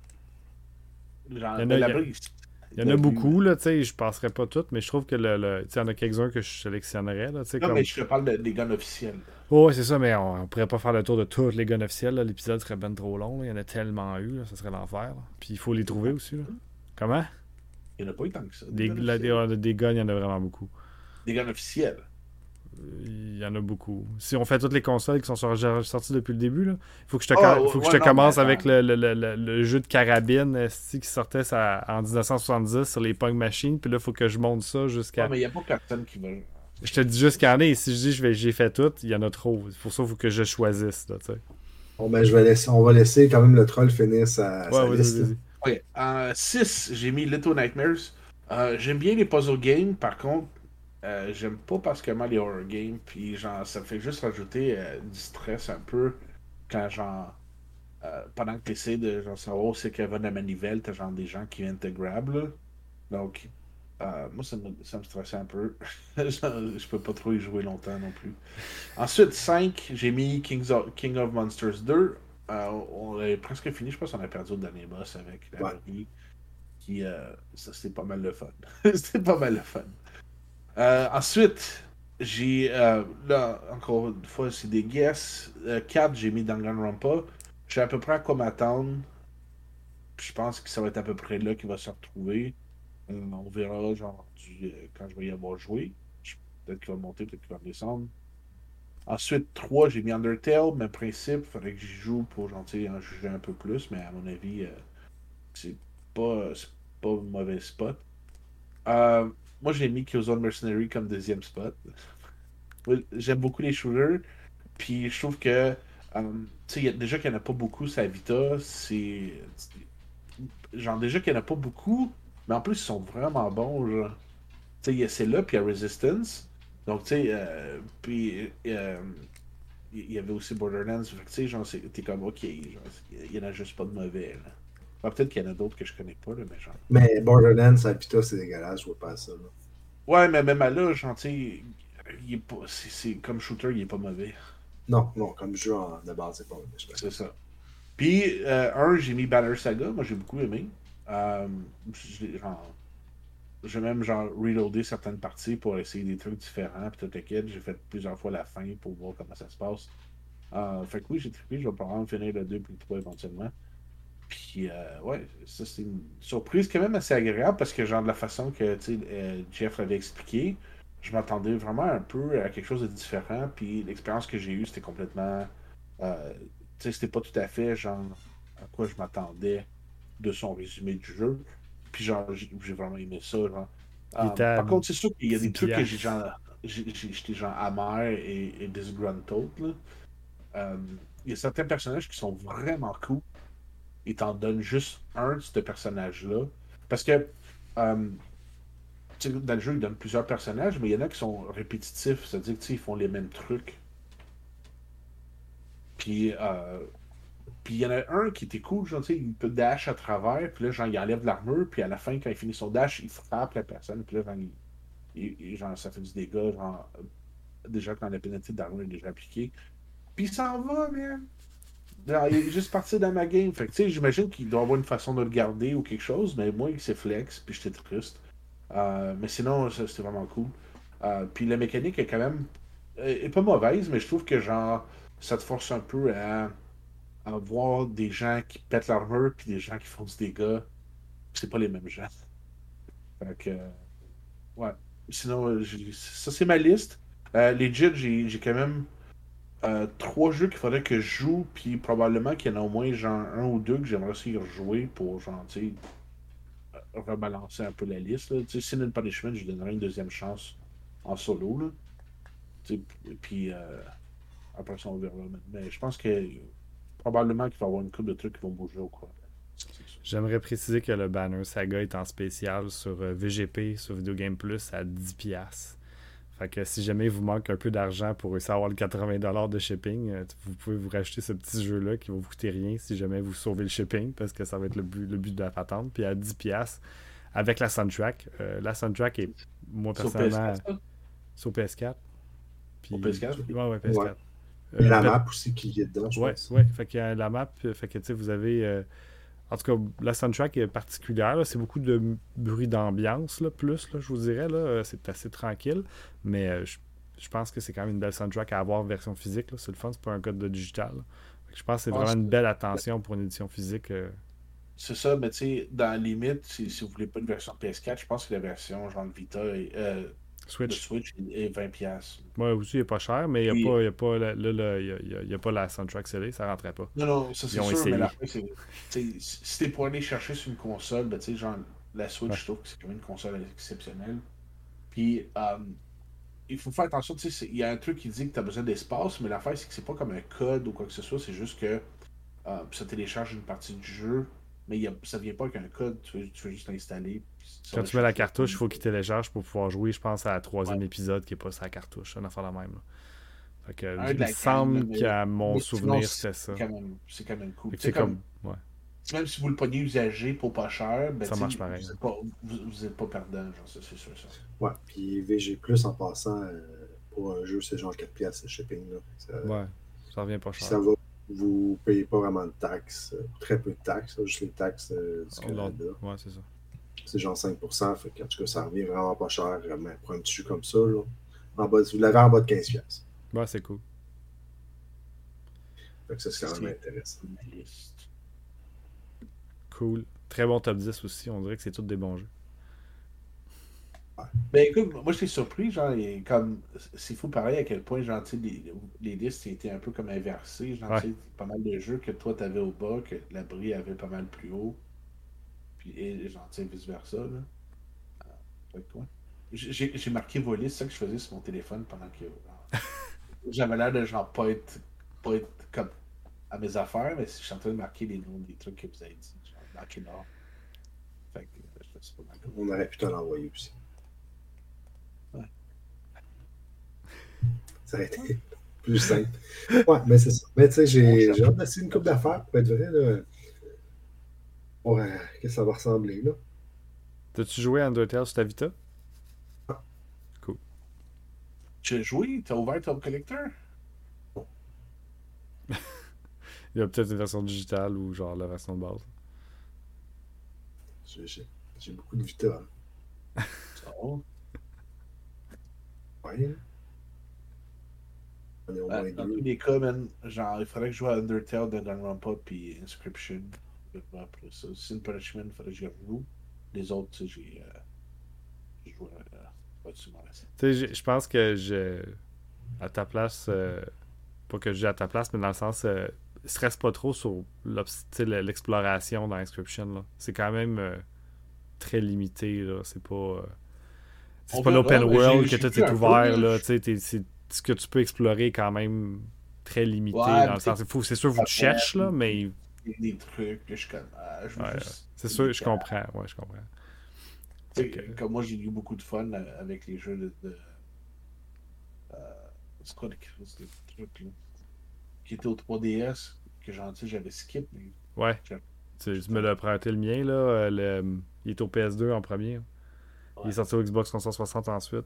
Genre, Il y en a, il y a- là-bas, il y en a beaucoup, là, tu sais, je passerai pas toutes, mais je trouve que tu sais, il y en a quelques-uns que je sélectionnerais, là, tu sais, non, comme... mais je te parle des guns officiels. Oh, ouais, c'est ça, mais on pourrait pas faire le tour de tous les guns officiels, là. L'épisode serait ben trop long, là. Il y en a tellement eu, là, ça serait l'enfer, là. Puis il faut les trouver aussi, là. Comment? Il n'y en a pas eu tant que ça. Des guns, il y en a vraiment beaucoup. Des guns officiels. Il y en a beaucoup. Si on fait toutes les consoles qui sont sorties depuis le début, là, il faut que je te, faut que je ouais, te non, commence mais avec le jeu de carabine qui sortait en 1970 sur les Pong Machines. Puis là, il faut que je monte ça jusqu'à... Non, mais il n'y a pas personne qui va... Je te dis juste qu'il y en a, et si je dis j'ai fait tout, il y en a trop. Pour ça, il faut que je choisisse, là, tu sais. Bon, ben, on va laisser quand même le troll finir sa Ouais, liste. vas-y. Ok, en 6, j'ai mis Little Nightmares. J'aime bien les puzzle games, par contre, j'aime pas particulièrement les horror games, puis genre, ça me fait juste rajouter du stress un peu quand genre, pendant que tu essaies de genre, savoir où c'est qu'il va la manivelle, t'as genre des gens qui viennent te grab, là. Donc, moi, ça me stressait un peu. Je peux pas trop y jouer longtemps non plus. Ensuite, 5, j'ai mis King of Monsters 2. On avait presque fini, je pense qu'on a perdu le dernier boss avec la Marie. Qui, ça, c'était pas mal le fun. C'était pas mal le fun. Ensuite, j'ai, là, encore une fois, c'est des guesses. 4, j'ai mis Danganronpa. Je sais à peu près à quoi m'attendre. Je pense que ça va être à peu près là qu'il va se retrouver. On verra, genre, quand je vais y avoir joué. Peut-être qu'il va monter, peut-être qu'il va descendre. Ensuite, 3, j'ai mis Undertale. Même principe, il faudrait que j'y joue pour, genre, en juger un peu plus. Mais à mon avis, c'est c'est pas un mauvais spot. Euh, Moi, j'ai mis Killzone Mercenary comme deuxième spot. Oui, j'aime beaucoup les shooters. Puis je trouve que, tu sais, déjà qu'il n'y en a pas beaucoup sur Vita, genre, déjà qu'il n'y en a pas beaucoup, mais en plus, ils sont vraiment bons. Genre. Tu sais, il y a celle-là, puis il y a Resistance. Donc, tu sais, puis il y avait aussi Borderlands. Fait que, tu sais, genre, t'es comme, ok, genre, il n'y en a juste pas de mauvais. Là. Enfin, peut-être qu'il y en a d'autres que je connais pas, là, mais genre. Mais Borderlands, à Pita, c'est dégueulasse, je vois pas ça. Là. Ouais, mais même à là, genre, tu sais, comme shooter, il est pas mauvais. Non, comme jeu de base, c'est pas mauvais. C'est ça. Puis, j'ai mis Banner Saga. Moi, j'ai beaucoup aimé. Genre, j'ai même genre reloadé certaines parties pour essayer des trucs différents. Puis tout le kit. J'ai fait plusieurs fois la fin pour voir comment ça se passe. Fait que oui, j'ai trippé. Je vais probablement finir le 2 puis le 3 éventuellement. Puis, ouais, ça c'est une surprise quand même assez agréable parce que, genre, de la façon que Jeff l'avait expliqué, je m'attendais vraiment un peu à quelque chose de différent. Puis, l'expérience que j'ai eue, c'était complètement. euh, tu sais, c'était pas tout à fait, genre, à quoi je m'attendais de son résumé du jeu. Puis, genre, j'ai vraiment aimé ça, genre. Il était à Par contre, c'est sûr qu'il y a 10 des trucs que piastres. j'étais genre amer et disgruntled, là. Euh, il y a certains personnages qui sont vraiment cool il t'en donne juste un de ce personnage-là. Parce que euh, dans le jeu, il donne plusieurs personnages, mais il y en a qui sont répétitifs, c'est-à-dire qu'ils font les mêmes trucs. Puis, puis il y en a un qui était cool, genre, il peut dash à travers, puis là, genre, il enlève l'armure, puis à la fin, quand il finit son dash, il frappe la personne, puis là, genre, genre ça fait du dégât, genre, déjà quand la pénalité d'armure est déjà appliquée. Puis il s'en va, man! Non, il est juste parti dans ma game. Fait que, tu sais, j'imagine qu'il doit avoir une façon de le garder ou quelque chose, mais moi, il s'est flex, puis j'étais triste. Mais sinon, c'était vraiment cool. Puis la mécanique est quand même est pas mauvaise, mais je trouve que, genre, ça te force un peu à voir des gens qui pètent l'armure, puis des gens qui font du dégât. C'est pas les mêmes gens. Fait que, ouais. Sinon, ça, c'est ma liste. Legit, j'ai quand même. Trois jeux qu'il faudrait que je joue, puis probablement qu'il y en a au moins genre un ou deux que j'aimerais aussi rejouer pour genre, tu sais, rebalancer un peu la liste. Là. Tu sais, Sin and Punishment, je donnerais une deuxième chance en solo. Là. Tu sais, puis après ça, on verra. Mais je pense que probablement qu'il va y avoir une couple de trucs qui vont bouger au cours. C'est sûr. J'aimerais préciser que le Banner Saga est en spécial sur VGP, sur Video Game Plus à 10$. Fait que si jamais il vous manque un peu d'argent pour réussir à avoir le 80$ de shipping, vous pouvez vous racheter ce petit jeu-là qui va vous coûter rien si jamais vous sauvez le shipping, parce que ça va être le but de la patente. Puis à 10$, avec la soundtrack. La soundtrack est, moi Sur personnellement, PS4, ça? sur PS4. Puis, Sur PS4? ouais, PS4. Et la peut- map aussi qui est dedans, je ouais, pense. ouais. Fait qu'il y a la map, fait que tu sais, vous avez. En tout cas, la soundtrack est particulière. Là. C'est beaucoup de bruit d'ambiance, là, plus, là, je vous dirais. Là. C'est assez tranquille. Mais je pense que c'est quand même une belle soundtrack à avoir en version physique. Là. C'est le fun, c'est pas un code de digital. Là. Fait que je pense que c'est vraiment une belle attention pour une édition physique. C'est ça, mais tu sais, dans la limite, si vous voulez pas une version PS4, je pense que la version genre Vita de Switch. Switch est 20$. Moi aussi, il est pas cher, mais il Puis- n'y a, pas y a pas la soundtrack CD, ça rentrait pas. Non, non, ça c'est Ils ont sûr, essayé. mais la fin, c'est. Tu sais, si t'es pour aller chercher sur une console, ben, tu sais, genre, la Switch, Ouais. je trouve que c'est quand même une console exceptionnelle. Puis, il faut faire attention, tu sais, il y a un truc qui dit que tu as besoin d'espace, mais l'affaire, c'est que c'est pas comme un code ou quoi que ce soit, c'est juste que ça télécharge une partie du jeu, mais ça vient pas avec un code, tu veux juste l'installer. Quand tu mets la cartouche, il faut qu'il télécharge pour pouvoir jouer, je pense, à la troisième épisode qui est pas sur la cartouche. Un affaire la même. Là. Fait que, Un il de me la semble gamme, mais- qu'à mon mais souvenir, sinon, c'était ça. C'est quand même cool. Fait que Tu sais, c'est comme. Ouais. même si vous le pognez usagé pour pas cher, ben, Ça tu sais, marche pareil. vous êtes pas perdant, genre, ça, c'est sûr ça. Ouais, puis VG+, en passant, pour un jeu, c'est genre 4$ de shipping. Là. Ouais, ça revient pas Puis cher. ça va, vous payez pas vraiment de taxes, très peu de taxes, là, juste les taxes du Canada. Ouais, c'est ça. C'est genre 5%, fait qu'en tout cas, ça revient vraiment pas cher, mais pour un petit jeu comme ça, là, vous l'avez en bas de 15$. Ouais, c'est cool. Fait que ça, c'est quand même intéressant. Ma liste. Cool. Très bon top 10 aussi, on dirait que c'est tous des bons jeux. Ben écoute, moi j'étais surpris, genre, comme c'est fou pareil à quel point, genre, tu sais, les listes étaient un peu comme inversées, genre, Ouais. tu sais, pas mal de jeux que toi t'avais au bas, que la Brie avait pas mal plus haut, puis et, genre, tu sais, vice-versa, là. Fait que, ouais. J'ai marqué vos listes, c'est ça que je faisais sur mon téléphone pendant que j'avais l'air de genre pas être comme à mes affaires, mais je suis en train de marquer les noms des trucs que vous avez dit, genre, marqué là. Fait que je fais ça pas mal. On aurait pu te l'envoyer aussi. Ouais. Ça aurait été plus simple. Ouais, mais c'est ça. Mais tu sais, j'ai hâte d'essayer une coupe d'affaires pour être vrai, là. Pour qu'est-ce que ça va ressembler, là. T'as-tu joué à Undertale sur ta Vita? Cool. Tu as joué? T'as ouvert ton collecteur? Il y a peut-être une version digitale ou genre la version de base. J'ai beaucoup de Vita. Hein. Oh. Ouais. On est au moins Dans deux. tous les cas, man, genre, il faudrait que je joue à Undertale, Danganronpa puis Inscription. Après ça, Sin Punishment, il faudrait que je joue. Les autres, tu sais, j'ai joué pas dessus mon reste. Tu sais, je pense que à ta place, pas que je dis à ta place, mais dans le sens, stresse pas trop sur l'exploration dans Inscription. Là. C'est quand même très limité. Là. C'est pas, On pas verra, l'open mais world j'ai que tout vu est un ouvert. peu, Là. Tu sais, ce que tu peux explorer est quand même très limité. Ouais, dans le sens, c'est sûr que vous te cherchez, là, mais il y a des trucs que je connais. Je veux ouais, juste- c'est sûr, je comprends. Ouais, je comprends. Tu sais, Fait que- comme moi, j'ai eu beaucoup de fun avec les jeux c'est quoi les trucs, là? Qui étaient au 3DS, que genre, tu sais, j'avais skip, mais Ouais. Tu me l'as prêté le mien, là. Il est au PS2 en premier. Il est Ouais. sorti au Xbox 360 ensuite.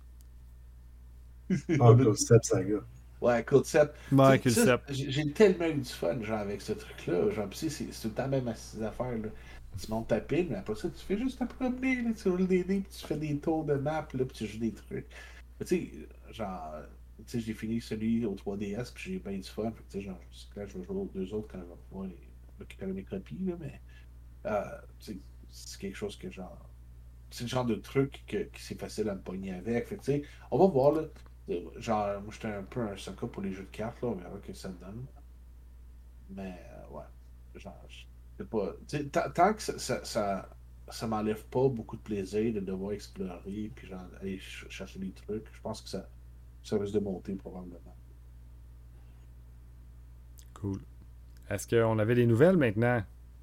Ah, Concept Saga. Ouais, Concept. Ouais, Tu sais, ça, Concept. j'ai tellement eu du fun, genre, avec ce truc-là. Genre, pis c'est tout le temps même à ces affaires, là. Tu montes ta pile, mais après ça, tu fais juste te promener, là, tu roules des dés, puis tu fais des tours de map, là, puis tu joues des trucs. Mais tu sais, genre, tu sais, j'ai fini celui au 3DS, puis j'ai bien du fun. Fait que, tu sais, genre, là, je vais jouer aux deux autres quand je vais pouvoir récupérer mes copies, là, mais, tu sais, c'est quelque chose que, genre, c'est le genre de truc qui c'est facile à me pogner avec. Fait que, tu sais, on va voir, là. Genre, moi, j'étais un peu un sucker pour les jeux de cartes, là, on verra ce que ça donne. Mais, ouais, genre, je sais pas. Tu sais, tant que ça m'enlève pas beaucoup de plaisir de devoir explorer, puis genre, aller chercher des trucs, je pense que ça risque de monter probablement. Cool. Est-ce qu'on avait des nouvelles maintenant?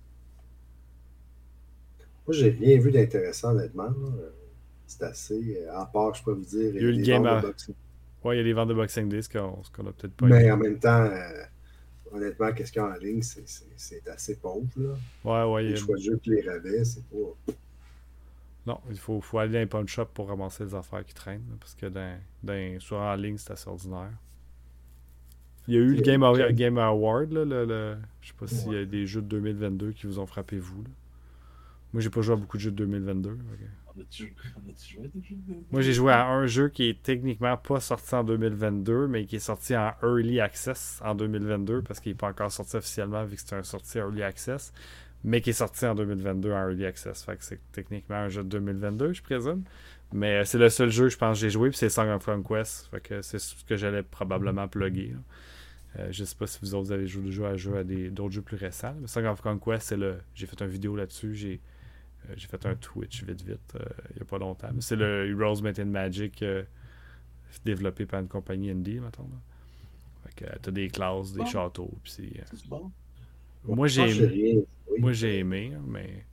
Moi, j'ai rien vu d'intéressant, honnêtement. Là. C'est assez. À part, je peux vous dire, Il y a eu le des game ventes à- de boxing. Ouais, il y a les ventes de Boxing Day, ce qu'on a peut-être pas Mais aimé. en même temps, honnêtement, qu'est-ce qu'il y a en ligne, c'est assez pauvre. Là. Ouais, Les il choix de jeu et les rabais, c'est pas. Non, faut aller dans les pawn shop pour ramasser les affaires qui traînent. Là, parce que soit en ligne, c'est assez ordinaire. Il y a eu le Game Award, là, je sais pas s'il y a des jeux de 2022 qui vous ont frappé vous. Là. Moi, j'ai pas joué à beaucoup de jeux de 2022. Okay. On a-tu joué à des jeux de... Moi, j'ai joué à un jeu qui est techniquement pas sorti en 2022, mais qui est sorti en Early Access en 2022, parce qu'il n'est pas encore sorti officiellement, vu que c'est un sorti Early Access, mais qui est sorti en 2022 en Early Access. Fait que c'est techniquement un jeu de 2022, je présume. Mais c'est le seul jeu, je pense, que j'ai joué, puis c'est Song of Conquest. Fait que c'est ce que j'allais probablement plugger. Je sais pas si vous autres avez joué à d'autres jeux plus récents. Mais Song of Conquest, j'ai fait une vidéo là-dessus. J'ai fait un Twitch vite, il n'y a pas longtemps. Mais c'est le Heroes Might and Magic développé par une compagnie indie, mettons. Fait que t'as des classes, des châteaux. Puis c'est bon. Moi, j'ai aimé, mais...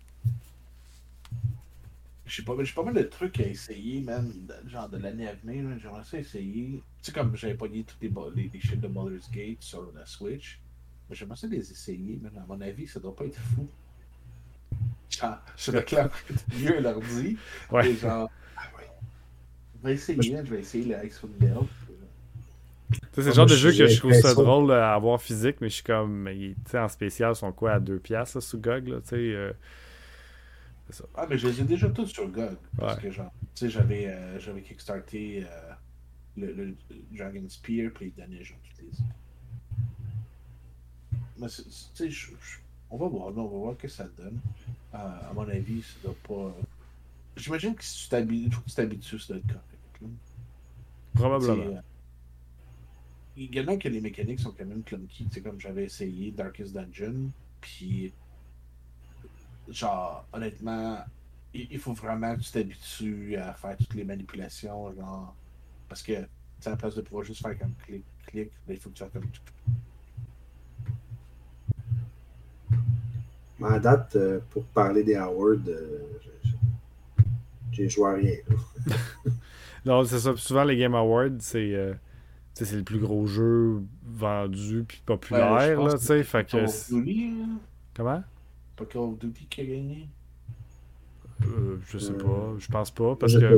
J'ai pas mal de trucs à essayer, man, genre de l'année à venir. J'aimerais ça essayer. Tu sais, comme j'avais pogné tous les shit de Baldur's Gate sur la Switch, mais j'aimerais ça les essayer, mais à mon avis, ça doit pas être fou. Genre, je suis clair mieux à l'ordi. Ouais. Et genre, je vais essayer le Icewind Dale. C'est le genre de jeu que je trouve ça drôle à avoir physique, mais je suis comme, tu sais, en spécial, ils sont quoi, à 2$ sous GOG, là, tu sais. C'est ça. Ah, mais je les ai déjà tous sur GOG. Parce que, genre, tu sais, j'avais kickstarté le Dragon Spear, puis les derniers, genre, toutes les. Mais, tu sais, on va voir, là, on va voir ce que ça donne. À mon avis, ça doit pas. J'imagine que si tu t'habitues, il faut que tu t'habitues, ça doit être correct. Là. Probablement. Il y en a que les mécaniques sont quand même clunky. Tu sais, comme j'avais essayé Darkest Dungeon, puis genre, honnêtement, il faut vraiment que tu t'habitues à faire toutes les manipulations, genre, parce que, tu sais, à la place de pouvoir juste faire comme clic, clic, ben, il faut que tu fasses comme... Mais à date, pour parler des awards, j'ai joué à rien. Non, c'est ça. Souvent, les Game Awards, c'est le plus gros jeu vendu puis populaire, là, tu sais. Fait que... Comment? Pas Call of Duty qui a gagné? Je sais pas. Je pense pas, parce que...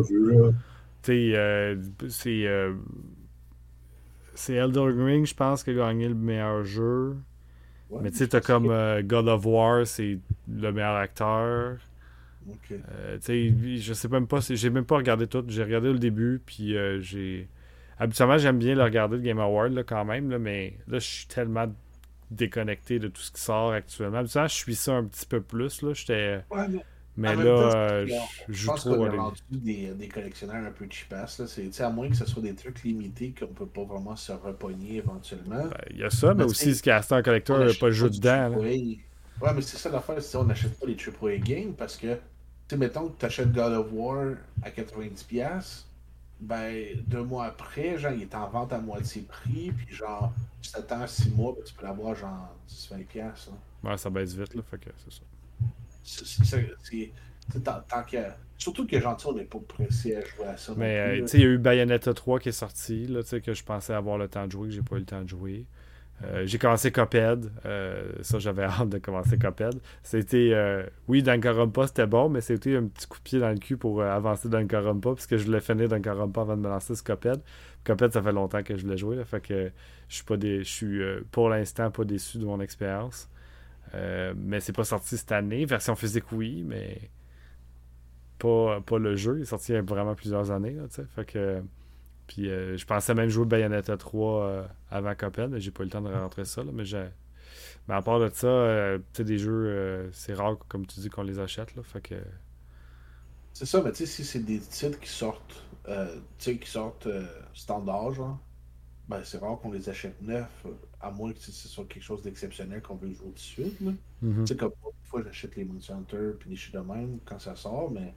Tu sais, c'est Elden Ring, je pense, qui a gagné le meilleur jeu. Ouais, mais tu sais, t'as comme God of War, c'est le meilleur acteur. Okay. Tu sais, je sais même pas, j'ai même pas regardé tout. J'ai regardé le début, puis habituellement, j'aime bien le regarder, le Game Award, là, quand même, là, mais là, je suis tellement déconnecté de tout ce qui sort actuellement. Habituellement, je suis ça un petit peu plus, là. Ouais, mais là, je joue trop. Je pense qu'on a rendu des collectionneurs un peu cheapasses. À moins que ce soit des trucs limités qu'on peut pas vraiment se repogner éventuellement. Il y a ça, mais aussi, ce qui est un collector, il n'y a pas le jeu dedans. Ouais, mais c'est ça l'affaire, c'est on n'achète pas les AAA games parce que, tu sais, mettons que tu achètes God of War à 90$, ben, 2 mois après, genre, il est en vente à moitié prix, puis genre, tu t'attends 6 mois, ben, tu peux l'avoir genre 10-20$. Hein. Ouais, ça baisse vite, là, fait que c'est ça. Tant que. Surtout que gentil, on n'est pas pressé à jouer à ça. Mais tu sais, il y a eu Bayonetta 3 qui est sorti, là, que je pensais avoir le temps de jouer, que j'ai pas eu le temps de jouer. J'ai commencé Cuphead. Ça, j'avais hâte de commencer Cuphead. C'était. Oui, Danganronpa, c'était bon, mais c'était un petit coup de pied dans le cul pour avancer Danganronpa, parce que je voulais finir Danganronpa avant de me lancer sur Cuphead. Cuphead, ça fait longtemps que je voulais jouer, là, fait que je suis pour l'instant pas déçu de mon expérience. Mais c'est pas sorti cette année. Version physique, oui, mais pas le jeu. Il est sorti il y a vraiment plusieurs années. Là, fait que, puis je pensais même jouer Bayonetta 3 avant Cuphead, mais j'ai pas eu le temps de rentrer ça. Là, mais à part de ça, des jeux, c'est rare, comme tu dis, qu'on les achète. Là, fait que... C'est ça, mais tu sais, si c'est des titres qui sortent, standard, genre, ben, c'est rare qu'on les achète neufs, à moins que ce soit quelque chose d'exceptionnel qu'on veut jouer tout de suite. Mm-hmm. Tu sais, comme une fois, j'achète les Monster Hunter puis des shit de même quand ça sort, mais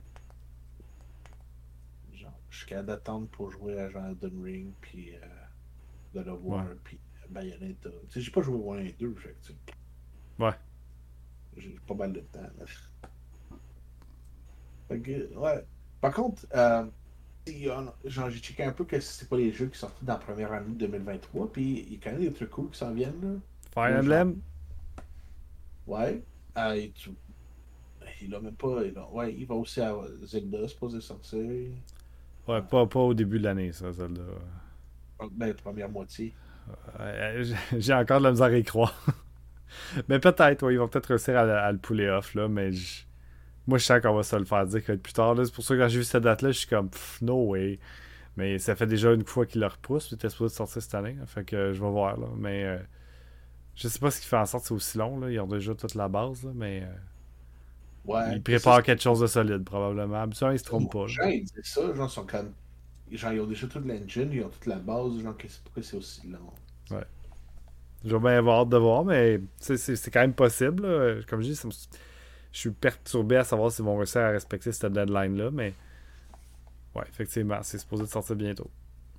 genre, je suis capable d'attendre pour jouer à genre Elden Ring puis God of War puis Bayonetta. Tu sais, j'ai pas joué au 1 et 2, fait que, tu sais, ouais. J'ai pas mal de temps. Là. Fait que, ouais. Par contre, genre, j'ai checké un peu que c'était pas les jeux qui sortaient dans la première année de 2023, puis il y a quand même des trucs cool qui s'en viennent. Là. Fire Emblem? Ouais. il a même pas. Ouais, il va aussi à Zelda, supposé sortir. Ouais, pas au début de l'année, ça, Zelda. Ben, première moitié. J'ai encore de la misère à y croire. Mais peut-être, ouais, ils vont peut-être réussir à le puller off, là, mais moi, je sens qu'on va se le faire dire qu'il va être plus tard. Là. C'est pour ça que quand j'ai vu cette date-là, je suis comme, no way. Mais ça fait déjà une fois qu'il le repousse, puis il était supposé sortir cette année. Là. Fait que je vais voir, là. Mais je sais pas ce qui fait en sorte que c'est aussi long, là. Ils ont déjà toute la base, là, mais Ouais, ils mais ça, préparent quelque chose de solide, probablement. Habituellement, ils se trompent pas, les là. gens, ils disent ça, genre, sont comme. Genre, ils ont déjà toute l'engine, ils ont toute la base, genre, pourquoi c'est aussi long? Ouais. Je vais bien avoir hâte de voir, mais c'est quand même possible, là. Comme je dis, je suis perturbé à savoir s'ils vont réussir à respecter cette deadline-là, mais ouais, effectivement, c'est supposé de sortir bientôt.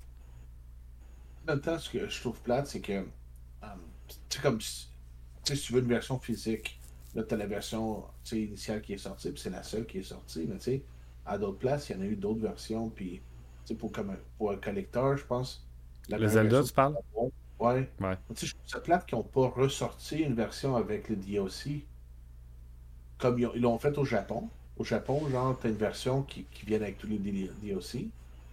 En même temps, ce que je trouve plate, c'est que, tu sais, comme, tu sais, si tu veux une version physique, là, tu as la version, tu sais, initiale qui est sortie, puis c'est la seule qui est sortie, mais tu sais, à d'autres places, il y en a eu d'autres versions, puis, tu sais, pour un collecteur, je pense, la Le meilleure Zelda, version, tu c'est parles? la boîte. Ouais. Ouais. Mais tu sais, je trouve ça plate qu'ils n'ont pas ressorti une version avec le DLC, comme ils l'ont fait au Japon. Au Japon, genre, tu as une version qui vient avec tous les DLC,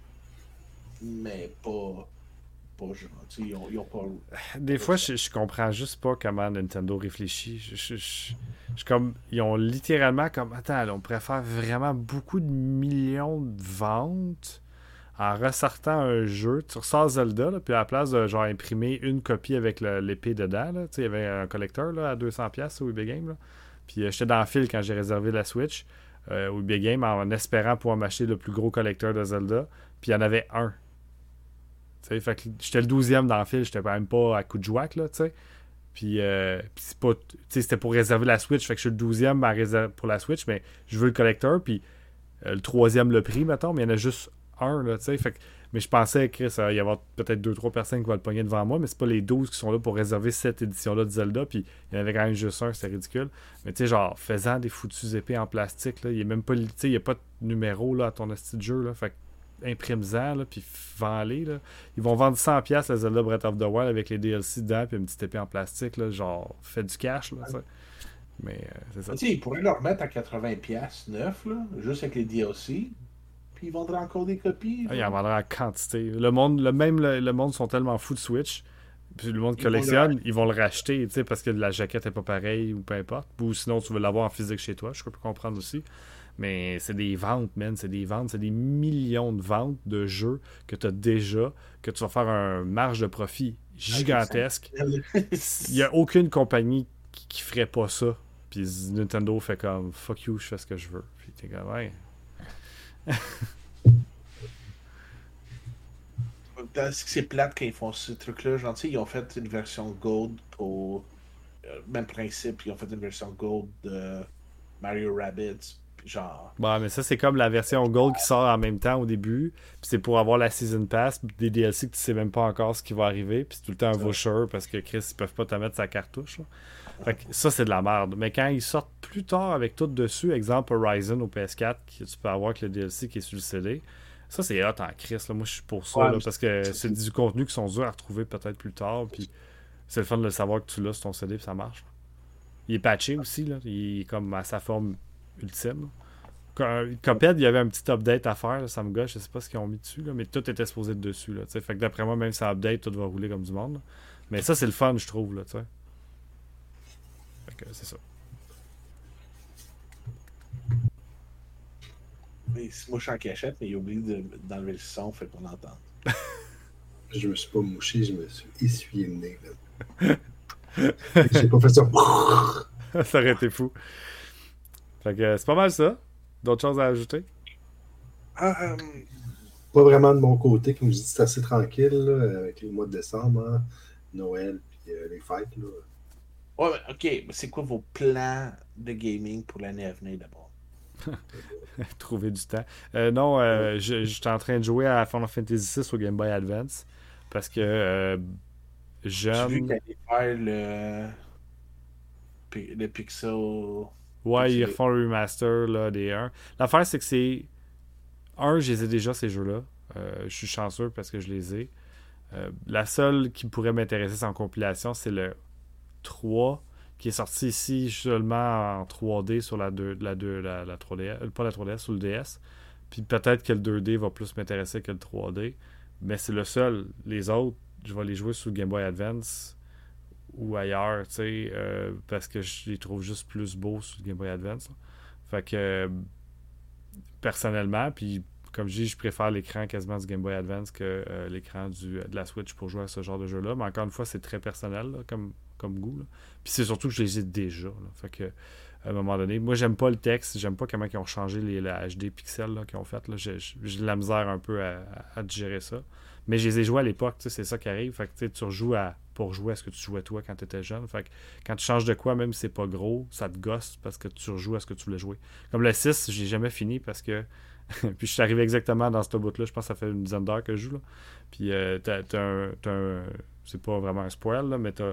mais pas genre, tu sais, ils ont pas. Des fois, je comprends juste pas comment Nintendo réfléchit. Je suis comme. Ils ont littéralement comme. Attends, là, on pourrait faire vraiment beaucoup de millions de ventes en ressortant un jeu. Tu ressors Zelda, là, puis à la place de genre imprimer une copie avec l'épée dedans, là, tu sais, il y avait un collecteur là, à 200$ au eBay Game. Là. Puis j'étais dans le fil quand j'ai réservé la Switch au eBay Game en espérant pouvoir m'acheter le plus gros collecteur de Zelda. Puis il y en avait un. T'sais, fait que j'étais le 12e dans le fil, j'étais quand même pas à coup de jouac, là, tu sais. Puis c'est pas. C'était pour réserver la Switch, fait que je suis le 12e pour la Switch, mais je veux le collecteur, puis le troisième le prix, mettons, mais il y en a juste un, là, tu sais. Mais je pensais que ça il y avoir peut-être 2-3 personnes qui vont le pogner devant moi, mais c'est pas les 12 qui sont là pour réserver cette édition-là de Zelda, puis il y en avait quand même juste un, c'est ridicule. Mais tu sais, genre, faisant des foutues épées en plastique, là, il y a même pas, tu sais, il y a pas de numéro, là, à ton esti de jeu, là, fait que imprime-en, là, puis vends-les, là. Ils vont vendre 100$ le Zelda Breath of the Wild avec les DLC dedans, puis une petite épée en plastique, là, genre, fait du cash, là, ça. Mais c'est ça. Tu sais, ils pourraient le remettre à 80$ neuf, là, juste avec les DLC, puis ils vendraient encore des copies. Ah, il en Genre. vendra à quantité. Le monde sont tellement fous de Switch, puis le monde Ils vont le collectionne, ils vont le racheter, tu sais, parce que la jaquette est pas pareille, ou peu importe. Ou sinon, tu veux l'avoir en physique chez toi, je peux comprendre aussi. Mais c'est des ventes, man. C'est des ventes. C'est des millions de ventes de jeux que tu as déjà, que tu vas faire un marge de profit gigantesque. Il n'y a aucune compagnie qui ferait pas ça. Puis Nintendo fait comme fuck you, je fais ce que je veux. Puis t'es comme ouais. Est-ce que c'est plate quand ils font ce truc-là? Genre, tu sais, ils ont fait une version Gold au même principe, ils ont fait une version Gold de Mario Rabbids. Genre, Bon, mais ça, c'est comme la version Gold qui sort en même temps au début. Puis c'est pour avoir la Season Pass, des DLC que tu sais même pas encore ce qui va arriver. Puis c'est tout le temps un voucher parce que Chris, ils peuvent pas te mettre sa cartouche. Là. Fait que ça, c'est de la merde. Mais quand ils sortent plus tard avec tout dessus, exemple Horizon au PS4, que tu peux avoir avec le DLC qui est sur le CD, ça, c'est hot en Chris. Là. Moi, je suis pour ça. Ouais, Là, parce que c'est du contenu qui sont durs à retrouver peut-être plus tard. Puis c'est le fun de le savoir que tu l'as sur ton CD puis ça marche. Là. Il est patché aussi. Là. Il est comme à sa forme ultime. Là. Cuphead, il y avait un petit update à faire, là, ça me gâche, je sais pas ce qu'ils ont mis dessus, là, mais tout était exposé dessus. Là, fait que d'après moi, même si ça update, tout va rouler comme du monde. Là. Mais ça, c'est le fun, je trouve. Là, fait que c'est ça. mais moi, je suis en cachette, mais il oublie d'enlever le son, fait qu'on entend. Je me suis pas mouché, je me suis essuyé le nez. Là. J'ai pas fait ça. Ça aurait été fou. Fait que c'est pas mal ça. D'autres choses à ajouter? Ah, Pas vraiment de mon côté, comme je dis, c'est assez tranquille là, avec le mois de décembre, hein, Noël puis les fêtes. Là. ouais, ok, mais c'est quoi vos plans de gaming pour l'année à venir d'abord? Trouver du temps. Non, j'étais en train de jouer à Final Fantasy VI au Game Boy Advance parce que J'ai vu j'aime. qu'il allait faire le Pixel. Ouais, ils Pixel. refont le remaster là, des 1. L'affaire, c'est que c'est. Je les ai déjà, ces jeux-là. Je suis chanceux parce que je les ai. La seule qui pourrait m'intéresser sans compilation, c'est le 3 qui est sorti ici seulement en 3D sur la 3DS, pas la 3DS, sur le DS. Puis peut-être que le 2D va plus m'intéresser que le 3D. Mais c'est le seul. Les autres, je vais les jouer sur le Game Boy Advance ou ailleurs, tu sais, parce que je les trouve juste plus beaux sur le Game Boy Advance. Fait que, personnellement, puis comme je dis, je préfère l'écran quasiment du Game Boy Advance que l'écran de la Switch pour jouer à ce genre de jeu-là. Mais encore une fois, c'est très personnel là, comme goût. Là. Puis c'est surtout que je les ai déjà. Là. Fait que, à un moment donné, moi, j'aime pas le texte. J'aime pas comment ils ont changé la HD pixels là, qu'ils ont fait. Là. J'ai de la misère un peu à digérer ça. Mais je les ai joués à l'époque. C'est ça qui arrive. Fait que tu rejoues pour jouer à ce que tu jouais toi quand tu étais jeune. Fait que quand tu changes de quoi, même si c'est pas gros, ça te gosse parce que tu rejoues à ce que tu voulais jouer. Comme le 6, j'ai jamais fini parce que puis je suis arrivé exactement dans ce bout-là. Je pense que ça fait une dizaine d'heures que je joue. Là. Puis t'as un. C'est pas vraiment un spoil, là, mais t'as.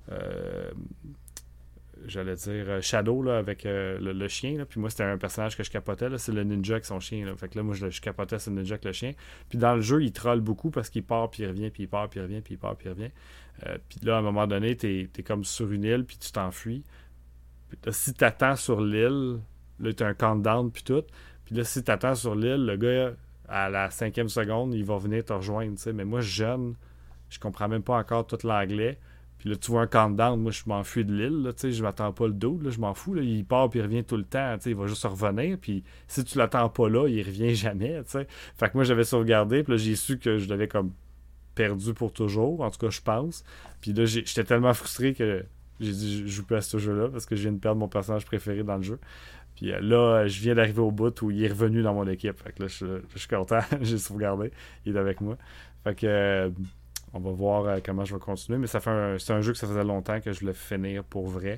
J'allais dire Shadow là, avec le chien. Là. Puis moi, c'était un personnage que je capotais. Là. C'est le ninja avec son chien. Là. Fait que là, moi, je capotais ce ninja avec le chien. Puis dans le jeu, il troll beaucoup parce qu'il part, puis il revient, puis il part, puis il revient, puis il part, puis il revient. Puis là, à un moment donné, t'es comme sur une île, puis tu t'enfuis. Puis là, si t'attends sur l'île, là, t'as un countdown, puis tout. Puis là, si t'attends sur l'île, le gars, à la 5e seconde, il va venir te rejoindre. T'sais. Mais moi, jeune, je comprends même pas encore tout l'anglais. Puis là, tu vois un countdown, moi, je m'enfuis de l'île. Là, je m'attends pas le dos, là, je m'en fous. Là, il part puis il revient tout le temps. Il va juste revenir. Puis si tu l'attends pas là, il revient jamais. T'sais. Fait que moi, j'avais sauvegardé. Puis là, j'ai su que je l'avais comme perdu pour toujours. En tout cas, je pense. Puis là, j'étais tellement frustré que j'ai dit, je joue plus à ce jeu-là parce que je viens de perdre mon personnage préféré dans le jeu. Puis là, je viens d'arriver au bout où il est revenu dans mon équipe. Fait que là, je suis content. J'ai sauvegardé. Il est avec moi. Fait que on va voir comment je vais continuer. Mais c'est un jeu que ça faisait longtemps que je voulais finir pour vrai.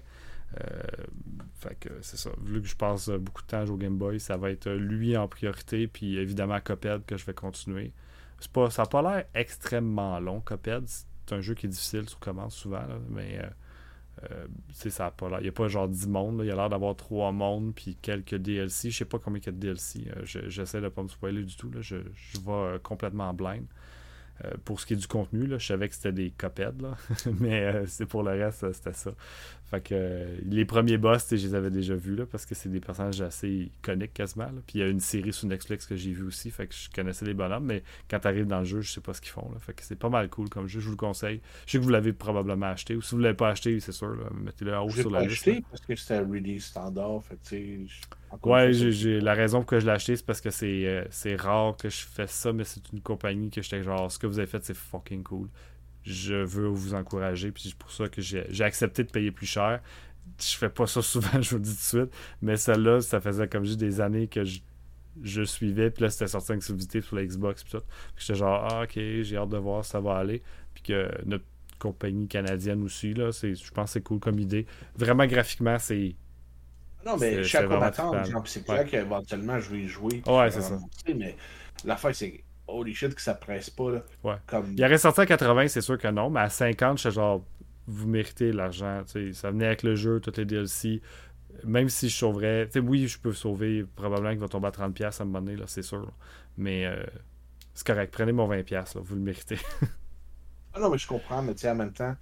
Fait que c'est ça. Vu que je passe beaucoup de temps à jouer au Game Boy, ça va être lui en priorité. Puis évidemment Cuphead que je vais continuer. Ça n'a pas l'air extrêmement long, Cuphead. C'est un jeu qui est difficile, tu commences souvent. Là, mais ça a pas l'air. Il n'y a pas genre 10 mondes. Là. Il y a l'air d'avoir 3 mondes puis quelques DLC. Je sais pas combien il y a de DLC. J'essaie de pas me spoiler du tout. Là. Je vais complètement blind. Pour ce qui est du contenu, là, je savais que c'était des Cuphead, là. Mais c'est pour le reste, c'était ça. Fait que les premiers boss, je les avais déjà vus là, parce que c'est des personnages assez iconiques quasiment. Là. Puis il y a une série sur Netflix que j'ai vue aussi, fait que je connaissais les bonhommes, mais quand tu arrives dans le jeu, je sais pas ce qu'ils font. Là. Fait que c'est pas mal cool comme jeu, je vous le conseille. Je sais que vous l'avez probablement acheté, ou si vous l'avez pas acheté, c'est sûr, là, mettez-le en haut sur la liste. Je l'ai pas acheté parce que c'était un release standard, fait que ouais, la raison pour que je l'ai acheté, c'est parce que c'est rare que je fais ça, mais c'est une compagnie que j'étais genre, ce que vous avez fait, c'est fucking cool. Je veux vous encourager, puis c'est pour ça que j'ai accepté de payer plus cher. Je fais pas ça souvent, je vous le dis tout de suite, mais celle-là, ça faisait comme juste des années que je suivais, puis là, c'était sorti en exclusivité sur la Xbox, puis tout. Puis j'étais genre, ok, j'ai hâte de voir si ça va aller. Puis que notre compagnie canadienne aussi, là, je pense que c'est cool comme idée. Vraiment, graphiquement, c'est. Non, mais chaque combattant, c'est clair qu'éventuellement, je vais y jouer. Ouais, c'est ça. Mais l'affaire, c'est holy shit que ça presse pas. Là. Ouais. Comme... Il aurait sorti à 80, c'est sûr que non, mais à 50, j'étais genre, vous méritez l'argent. T'sais. Ça venait avec le jeu, tous les DLC. Même si je sauverais. Oui, je peux sauver probablement qu'il va tomber à 30$ à un moment donné, là, c'est sûr. Mais c'est correct. Prenez mon 20$, là, vous le méritez. Ah non, mais je comprends, mais en même temps.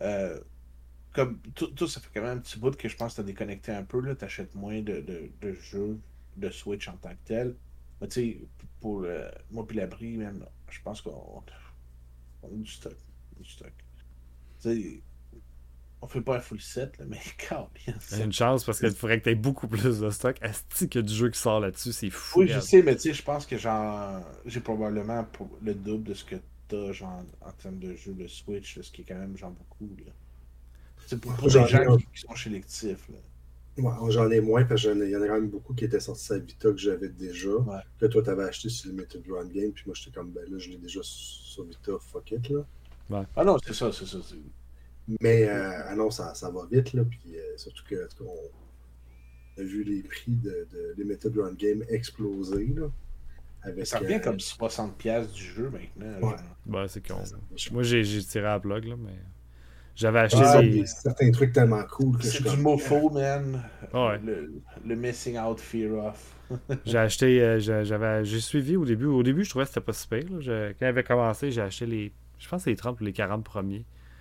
Comme tout, ça fait quand même un petit bout que je pense que tu as déconnecté un peu. Tu achètes moins de jeux de Switch en tant que tel. Mais tu sais, pour moi puis l'abri, même, je pense qu'on a du stock. Du stock. T'sais, on fait pas un full set, là, mais quand même. C'est une chance parce qu'il faudrait que tu aies beaucoup plus de stock. Est-ce qu'il y a du jeu qui sort là-dessus? C'est fou. Oui, je sais, mais tu sais, je pense que j'ai probablement le double de ce que tu as en termes de jeux de Switch, là, ce qui est quand même beaucoup. Là. C'est pour les gens qui sont sélectifs. Là. Ouais, j'en ai moins parce qu'il y en a quand même beaucoup qui étaient sortis à Vita que j'avais déjà. Ouais. Que toi, tu avais acheté sur le Limited Run Game. Puis moi, j'étais comme, ben là, je l'ai déjà sur Vita, fuck it. Là. Ouais. Ah non, c'est ça. Mais non, ça va vite. Là, puis surtout que, on a vu les prix de Limited Run Game exploser. Là, avec, ça revient comme 60$ du jeu maintenant. Ouais, ben, c'est con. Moi, j'ai tiré à la plug, là, mais. J'avais acheté certains trucs tellement cool que c'est du mofo, man. Ouais. Le missing out fear of. J'ai acheté, j'ai suivi au début. Au début, je trouvais que c'était pas si pire. Quand il avait commencé, j'ai acheté je pense que les 30 ou les 40 premiers. Puis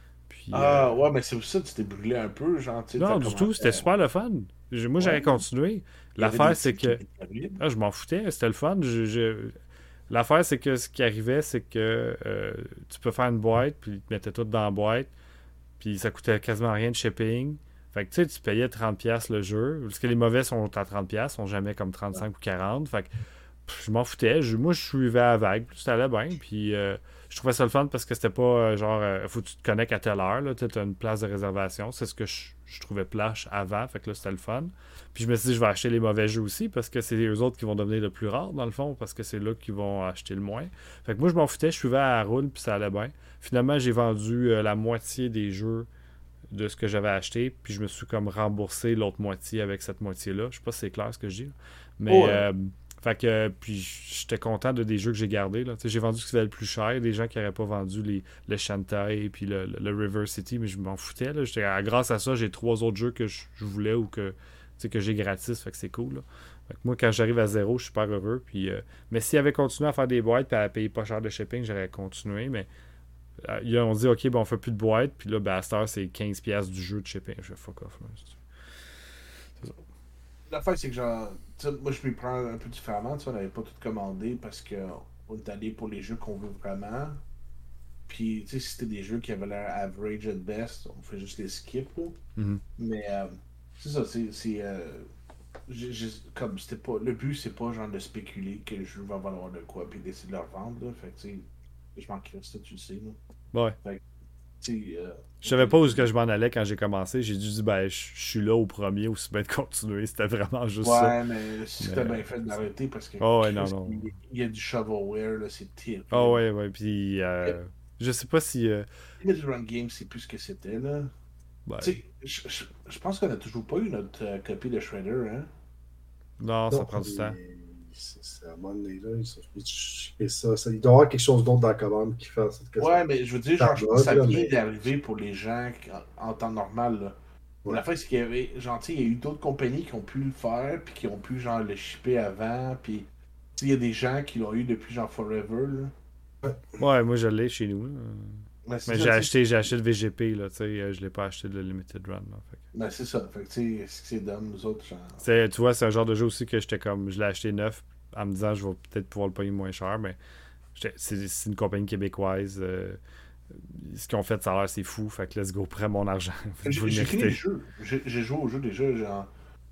Puis, Ouais, mais c'est pour ça que tu t'es brûlé un peu, genre, tu sais, t'as non, du tout, commencé c'était à... super le fun. Moi, j'aurais Ouais, continué. il y avait des L'affaire, c'est titres qui que. étaient terribles. Ah, je m'en foutais, c'était le fun. L'affaire, c'est que ce qui arrivait, c'est que tu peux faire une boîte, puis ils te mettaient tout dans la boîte, puis ça coûtait quasiment rien de shipping. Fait que tu sais, tu payais 30$ le jeu, parce que les mauvais sont à 30$, sont jamais comme Ouais. 35 ou 40. Fait que je m'en foutais. Moi, je suivais à la vague, puis ça allait bien. Puis je trouvais ça le fun parce que c'était pas faut que tu te connectes à telle heure. Tu as une place de réservation. C'est ce que je trouvais plage avant. Fait que là, c'était le fun. Puis je me suis dit, je vais acheter les mauvais jeux aussi parce que c'est eux autres qui vont devenir le plus rare dans le fond parce que c'est là qu'ils vont acheter le moins. Fait que moi, je m'en foutais. Je suivais à la roule, puis ça allait bien. Finalement, j'ai vendu la moitié des jeux de ce que j'avais acheté, puis je me suis comme remboursé l'autre moitié avec cette moitié-là. Je sais pas si c'est clair ce que je dis, là. Mais Ouais. fait que puis j'étais content de des jeux que j'ai gardés là. Tu sais, j'ai vendu ce qui valait le plus cher, des gens qui n'auraient pas vendu le Shantae et puis le River City, mais je m'en foutais là. Grâce à ça, j'ai 3 autres jeux que je voulais ou que tu sais, que j'ai gratis, fait que c'est cool là. Fait que moi, quand j'arrive à zéro, je suis super heureux. Puis, mais s'il avait continué à faire des boîtes et à payer pas cher de shipping, j'aurais continué. Mais on dit, OK, bon, on fait plus de boîtes. Puis là, ben, à cette heure, c'est 15$ du jeu de shipping. Je fais fuck off. Là. C'est ça. L'affaire, c'est que genre, tu sais, moi je m'y prends un peu différemment, tu vois, on n'avait pas tout commandé parce que on est allé pour les jeux qu'on veut vraiment. Puis, tu sais, si c'était des jeux qui avaient l'air average at best, on fait juste les skip, là. Mhm. Mais c'est ça, comme c'était pas. Le but, c'est pas genre de spéculer que le jeu va valoir de quoi, puis d'essayer de le revendre, là. Fait que, tu sais, je m'en crisse, ça, tu le sais, là. Ouais. Fait que, tu sais, Je savais pas où est-ce que je m'en allais quand j'ai commencé. J'ai dû dire, ben, je suis là au premier, aussi bien de continuer. C'était vraiment juste ça. ouais, mais c'était Mais, bien fait d'arrêter parce que oh, ouais, non, Chris, non. il y a du shovelware, là, c'est Oh, terrible. ouais, ouais. Puis, je sais pas si. Limited Run Game, c'est plus ce que c'était, là. Tu Ben, sais, je pense qu'on a toujours pas eu notre copie de Shredder, hein? non, ça Non, prend du temps. c'est à un moment donné, là, ils sont obligés de shipper ça. Il doit y avoir quelque chose d'autre dans la commande qui fait en sorte que Ouais, mais je veux dire, ça genre, je pense que bug, ça là, vient mais d'arriver pour les gens en temps normal, là. Mais ouais. la fin, c'est qu'il y avait, genre, tu sais, il y a eu d'autres compagnies qui ont pu le faire, puis qui ont pu, genre, le shipper avant, puis, tu sais, il y a des gens qui l'ont eu depuis, genre, forever, là. Ouais. Ouais, moi, je l'ai chez nous. Là. Mais c'est Mais ça, tu sais. j'ai acheté le VGP, là, tu sais. Je l'ai pas acheté de Limited Run, là. Fait que Ben, c'est ça. Fait que, tu sais, ce que c'est dumb, nous autres, genre. tu vois, c'est un genre de jeu aussi que j'étais comme. Je l'ai acheté neuf en me disant, je vais peut-être pouvoir le payer moins cher, mais c'est une compagnie québécoise. Ce qu'ils ont fait, ça a l'air, c'est fou. Fait que let's go, prends mon argent. Vous le J'ai fini le méritez. jeu. J'ai joué au jeu déjà, genre.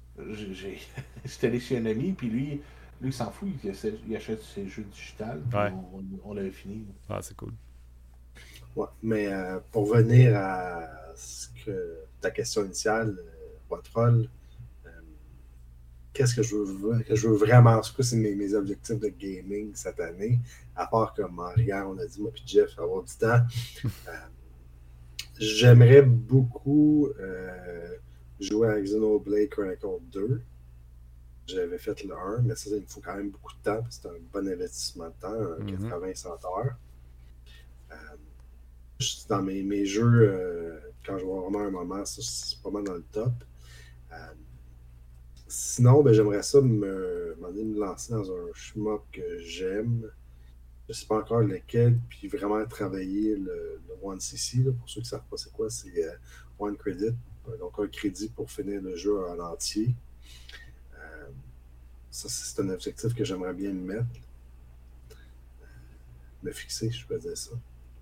J'étais allé chez un ami, puis lui, il s'en fout, il achète ses jeux digitales, puis Ouais, on l'avait fini. ah, c'est cool. Ouais. Mais pour venir à ta question initiale, Watrol, euh, qu'est-ce que je veux vraiment, c'est quoi c'est mes objectifs de gaming cette année, à part comme hier, on a dit, moi puis Jeff, avoir du temps. Euh, J'aimerais beaucoup jouer à Xenoblade Chronicles 2. J'avais fait le 1, mais ça, il me faut quand même beaucoup de temps, parce que c'est un bon investissement de temps, un Mhm. 80-100 heures. Euh, dans mes jeux, quand je vois vraiment un moment, ça, c'est pas mal dans le top. Euh, Sinon, ben, j'aimerais ça me lancer dans un shmup que j'aime. Je ne sais pas encore lequel, puis vraiment travailler le One CC. Là, pour ceux qui ne savent pas c'est quoi, c'est One Credit. Donc un crédit pour finir le jeu en entier. Euh, Ça, c'est un objectif que j'aimerais bien me fixer, je peux dire ça.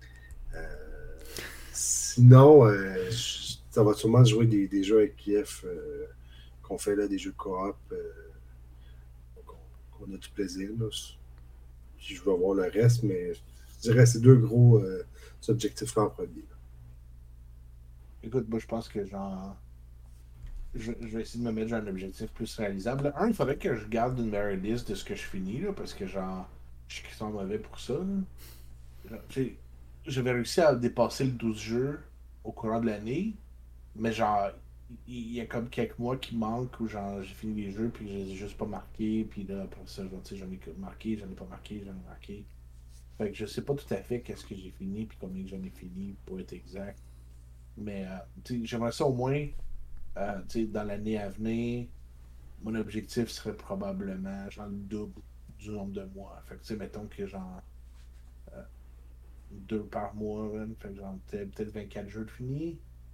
Sinon, ça va sûrement jouer des jeux avec Kiev qu'on fait là, des jeux coop, qu'on a du plaisir. Là. Puis je vais voir le reste, mais je dirais ces deux gros objectifs-là en premier. Là. Écoute, moi, je pense que, genre, je vais essayer de me mettre genre, un objectif plus réalisable. Un, il faudrait que je garde une meilleure liste de ce que je finis, là, parce que, genre, je suis extrêmement mauvais pour ça. Là. Genre, tu sais, j'avais réussi à dépasser le 12 jeux au courant de l'année, mais genre, il y a comme quelques mois qui manquent où genre j'ai fini les jeux puis je les ai juste pas marqués, puis là après ça, genre, tu sais, j'en ai marqué, j'en ai pas marqué, j'en ai marqué. Fait que je sais pas tout à fait qu'est-ce que j'ai fini puis combien que j'en ai fini pour être exact. Mais tu sais, j'aimerais ça au moins, tu sais, dans l'année à venir, mon objectif serait probablement genre le double du nombre de mois. Fait que tu sais, mettons que genre 2 par mois, man. Fait que genre, peut-être 24 jeux de fini.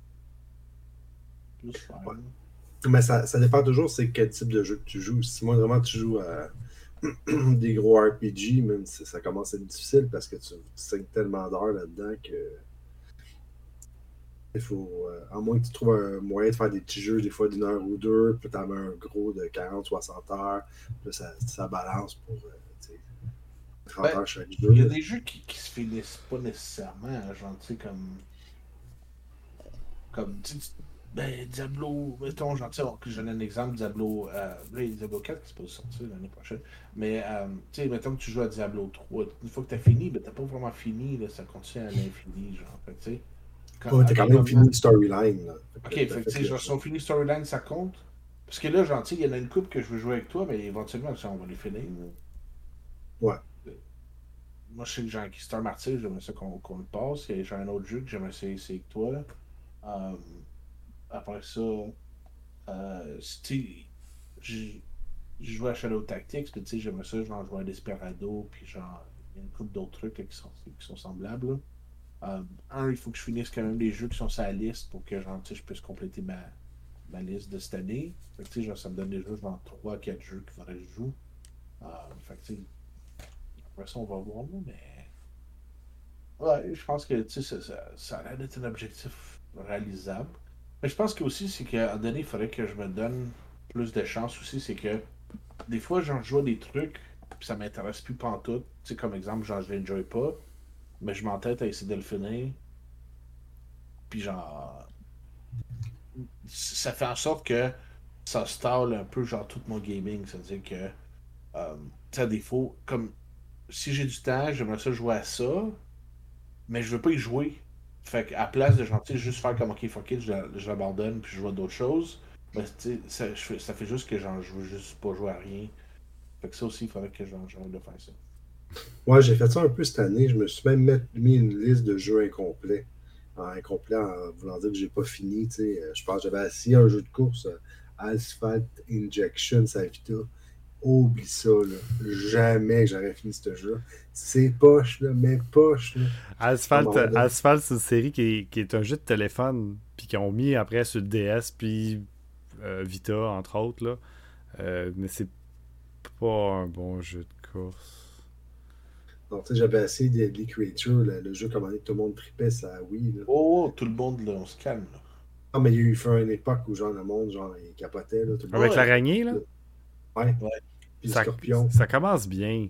Plus faire. Ouais. Mais ça dépend toujours c'est quel type de jeu que tu joues. Si moi vraiment tu joues à des gros RPG, même si ça commence à être difficile parce que tu saignes tellement d'heures là-dedans que il faut, à moins que tu trouves un moyen de faire des petits jeux des fois d'une heure ou deux, puis tu en mets un gros de 40-60 heures, puis là, ça balance pour 30 heures chaque jeu. Il y a des jeux qui se finissent pas nécessairement, genre, tu sais, comme Diablo, mettons, genre, tu sais, je donne un exemple, Diablo 4 qui se peut sortir l'année prochaine, mais, tu sais, mettons que tu joues à Diablo 3, une fois que t'as fini, ben t'as pas vraiment fini, là, ça continue à l'infini, genre, fait, tu sais. T'as quand même fini une storyline. Là. Ok, fait que, tu sais, genre, si on finit storyline, ça compte? Parce que là, genre, tu sais, il y en a une couple que je veux jouer avec toi, mais éventuellement, ça, on va les finir, là. Ouais. Moi, je sais que j'ai un Star Martyr, j'aimerais ça qu'on le passe. J'ai un autre jeu que j'aimerais essayer avec toi. Euh, Après ça, j'ai joué à Shadow Tactics, puis tu sais, j'aimerais ça, genre, jouer à Desperado, puis genre, il y a une couple d'autres trucs là, qui sont semblables. Là. Il faut que je finisse quand même les jeux qui sont sur la liste pour que, genre, tu sais, je puisse compléter ma liste de cette année. Fait que, tu sais, genre, ça me donne déjà, genre, 3-4 jeux qu'il faudrait que je joue. Fait que, tu sais, après ça, on va voir, là, mais. Ouais, je pense que tu sais, ça a l'air d'être un objectif réalisable. Mais je pense que aussi, c'est qu'à un moment donné, il faudrait que je me donne plus de chance aussi. C'est que des fois, j'en joue à des trucs, puis ça m'intéresse plus pantoute. Tu sais, comme exemple, genre, je l'enjoy pas, mais je m'entête à essayer de le finir. Puis genre, ça fait en sorte que ça stalle un peu, genre, tout mon gaming. C'est-à-dire que, tu sais, à défaut, comme si j'ai du temps, j'aimerais ça jouer à ça. Mais je veux pas y jouer. Fait qu'à place de gentil juste faire comme ok fuck it, je l'abandonne puis je joue à d'autres choses, ben, ça fait juste que genre, je veux juste pas jouer à rien. Fait que ça aussi, il faudrait que j'arrête de faire ça. Ouais, j'ai fait ça un peu cette année. Je me suis même mis une liste de jeux incomplets. Incomplet en voulant dire que j'ai pas fini. Je pense que j'avais assis un jeu de course, Asphalt Injection, ça Vita. Oublie ça, là. Jamais que j'aurais fini ce jeu. C'est poche, là, mais poche, là. Asphalt, c'est une série qui est un jeu de téléphone, puis qu'ils ont mis après sur le DS, puis Vita, entre autres, là. Mais c'est pas un bon jeu de course. Donc, tu sais, j'avais essayé Deadly Creature, le jeu comment tout le monde tripait, ça, oui. Là. Oh, tout le monde, là, on se calme, là. Ah, mais il y a eu fait une époque où, genre, le monde, genre, il capotait, là. Tout le Avec monde. l'araignée, là? Ouais. Ouais. Puis le scorpion. Ça commence bien.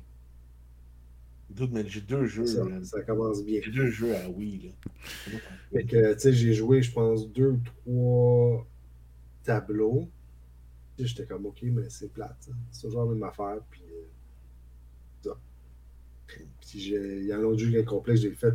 Dude, mais j'ai 2 jeux. Ça commence bien. J'ai 2 jeux à Wii, là. Fait que, tu sais, j'ai joué, je pense, 2 ou 3 tableaux. J'étais comme, OK, mais c'est plate. Hein. C'est toujours la même affaire. Puis, ça. Puis, il y a un autre jeu incomplet que j'ai fait,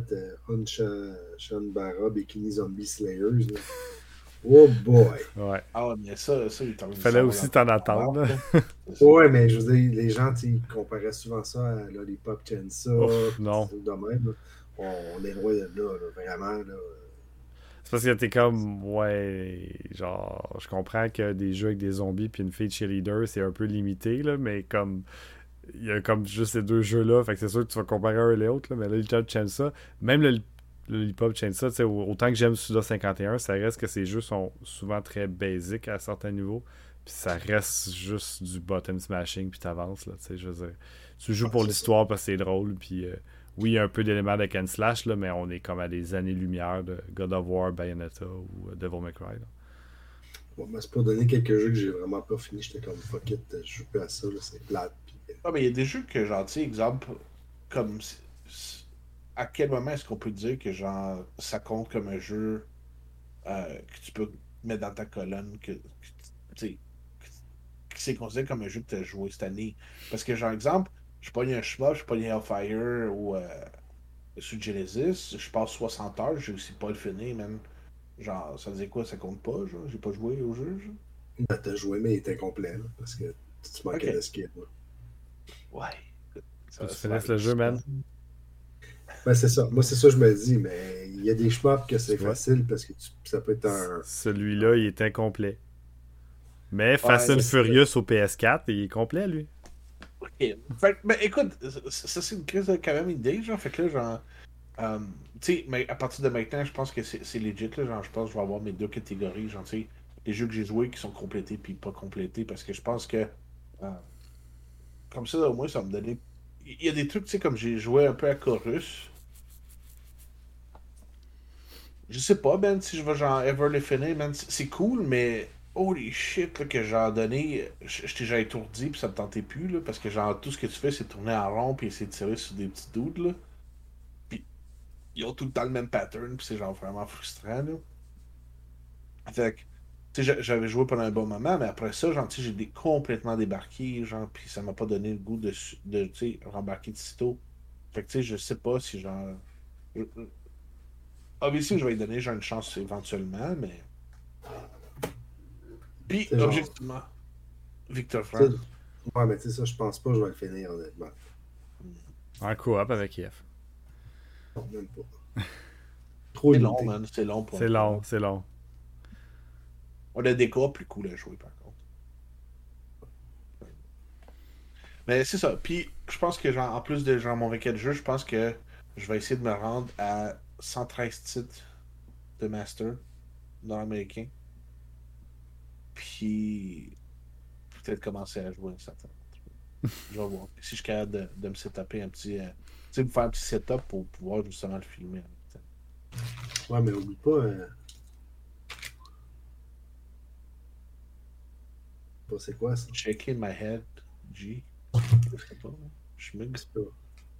Shanbara Bikini Zombie Slayers. Là. Oh boy! Ouais. Ah, mais ça il fallait aussi t'en attendre. Ouais, mais je veux dire, les gens, ils comparaient souvent ça à Lollipop Chainsaw. Ouf, non. C'est de même. Là. On est loin de là, vraiment. Là. C'est parce que t'es comme, ouais, genre, je comprends que des jeux avec des zombies puis une fille de cheerleader, c'est un peu limité, là, mais comme, il y a comme juste ces 2 jeux-là, fait que c'est sûr que tu vas comparer un et l'autre, là, mais là, Lollipop Chainsaw, même le Lollipop Chainsaw, tu sais, autant que j'aime Suda 51, ça reste que ces jeux sont souvent très basiques à certains niveaux, puis ça reste juste du button smashing, puis t'avances, là, tu sais, je veux dire, tu joues pour l'histoire parce que c'est drôle, puis oui, il y a un peu d'éléments de can slash, là, mais on est comme à des années-lumière de God of War, Bayonetta ou Devil May Cry. Là. Bon, ben, c'est pour donner quelques jeux que j'ai vraiment pas fini. J'étais comme fuck it, je joue plus à ça, là, c'est plate. Puis... Ah, mais il y a des jeux que, genre, tu sais, exemple, comme. À quel moment est-ce qu'on peut dire que, genre, ça compte comme un jeu que tu peux mettre dans ta colonne, tu sais, qui c'est considéré comme un jeu que tu as joué cette année? Parce que, genre, exemple, je pogne un shmup, je pogne Hellfire ou sur Genesis, je passe 60 heures, j'ai aussi pas le fini, man. Genre, ça disait quoi, ça compte pas, genre? J'ai pas joué au jeu, genre? Ben, t'as joué, mais il était complet, là, parce que tu manquais de skill. Là. Ouais. Tu finisses le jeu, man? Ben, c'est ça. Moi, c'est ça que je me dis, mais il y a des shmups que c'est facile parce que ça peut être un. Celui-là, il est incomplet. Mais Fast and Furious au PS4, il est complet, lui. Ok. Fait, ben, écoute, ça c'est une crise de quand même idée, genre. Fait que là, genre, Tu sais, mais à partir de maintenant, je pense que c'est legit. Là, genre, je pense que je vais avoir mes deux catégories. Genre, tu sais, les jeux que j'ai joués qui sont complétés puis pas complétés. Parce que je pense que comme ça, au moins, ça va me donner. Il y a des trucs, tu sais, comme j'ai joué un peu à Chorus. Je sais pas, Ben, si je vais genre ever le finir, man. C'est cool, mais holy shit, là, que j'ai donné. J'étais déjà étourdi puis ça me tentait plus, là. Parce que genre, tout ce que tu fais, c'est tourner en rond puis essayer de tirer sur des petits doutes, là. Puis ils ont tout le temps le même pattern puis c'est genre vraiment frustrant, là. Fait que, tu sais, j'avais joué pendant un bon moment, mais après ça, genre, tu sais, complètement débarqué, genre, puis ça m'a pas donné le goût tu sais, rembarquer de sitôt. Fait que, tu sais, je sais pas si, genre. Obviously, je vais lui donner, genre, une chance éventuellement, mais. Puis, C'est genre. objectivement, Victor Tu sais, France. ouais, mais tu sais, ça, je pense pas que je vais le finir, honnêtement. En coop avec IF. Non, même pas. Trop C'est long, limité. man, c'est long pour un C'est long, coop. c'est long. On a des coops plus cool à jouer, par contre. Mais c'est ça. Puis, je pense que, genre, en plus de genre, mon requête de jeu, je pense que je vais essayer de me rendre à 113 titres de Master nord-américain. Puis, peut-être commencer à jouer un certain. Je vais voir. Si je suis capable de me setuper un petit. Tu sais, me faire un petit setup pour pouvoir justement le filmer en même temps. Ouais, mais oublie pas. Pas c'est quoi ça? Shaking my head, G. Je sais pas. Schmug. C'est pas-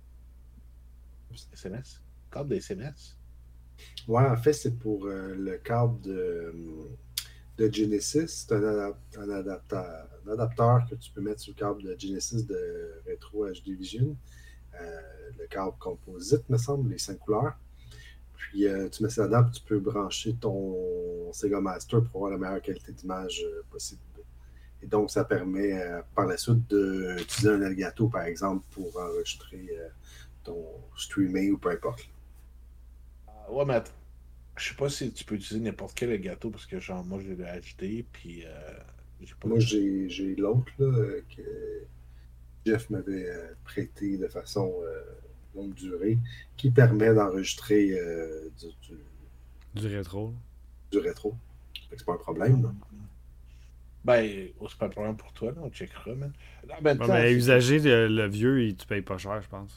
SMS. Cadre de SMS. Ouais, en fait, c'est pour le cadre de Genesis. C'est un adapteur que tu peux mettre sur le câble de Genesis de Retro HD Vision. Le câble composite, me semble, les 5 couleurs. Puis tu mets ça dedans, puis tu peux brancher ton Sega Master pour avoir la meilleure qualité d'image possible. Et donc, ça permet par la suite d'utiliser un Elgato, par exemple, pour enregistrer ton streaming ou peu importe. Ouais, mais je sais pas si tu peux utiliser n'importe quel gâteau parce que, genre, moi, j'ai le HD, puis j'ai pas Moi, le. j'ai l'autre là, que Jeff m'avait prêté de façon longue durée, qui permet d'enregistrer Du rétro. du rétro. Fait que c'est pas un problème. Là. Ben, c'est pas un problème pour toi, là, on checkera, man. En même Ouais, temps, mais usager, le vieux, tu payes pas cher, je pense.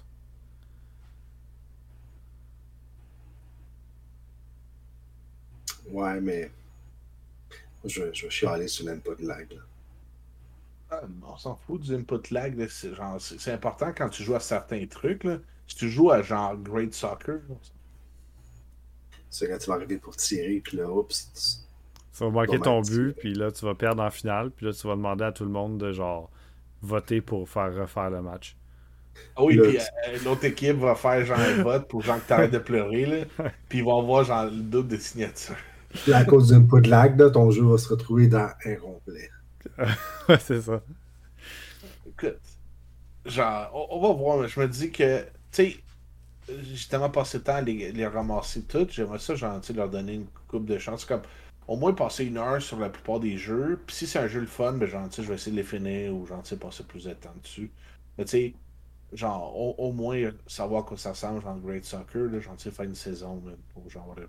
Ouais, mais je vais chialer sur l'input lag. Là. on s'en fout du input lag. Là, c'est important quand tu joues à certains trucs. Là. Si tu joues à genre Great Soccer, là, C'est quand tu vas arriver pour tirer, puis là, oups, Tu vas manquer bon, ton ben, but, puis là, tu vas perdre en finale, puis là, tu vas demander à tout le monde de, genre, voter pour faire refaire le match. ah oui, là, puis l'autre équipe va faire genre un vote pour genre que t'arrêtes de pleurer, là. Puis ils vont avoir genre le double de signature. puis à cause du input lag, là, ton jeu va se retrouver dans incomplet. Ouais, c'est ça. Écoute, genre, on va voir, mais je me dis que, tu sais, j'ai tellement passé le temps à les ramasser toutes, j'aimerais ça, genre, tu sais, leur donner une coupe de chance. Comme, au moins passer 1 heure sur la plupart des jeux. Puis si c'est un jeu le fun, ben, genre, tu sais, je vais essayer de les finir ou, genre, tu sais, passer plus de temps dessus. Mais, tu sais, genre, au moins savoir à quoi ça ressemble, genre, Great Soccer, là, genre, tu sais, faire une saison, là, ou genre, whatever.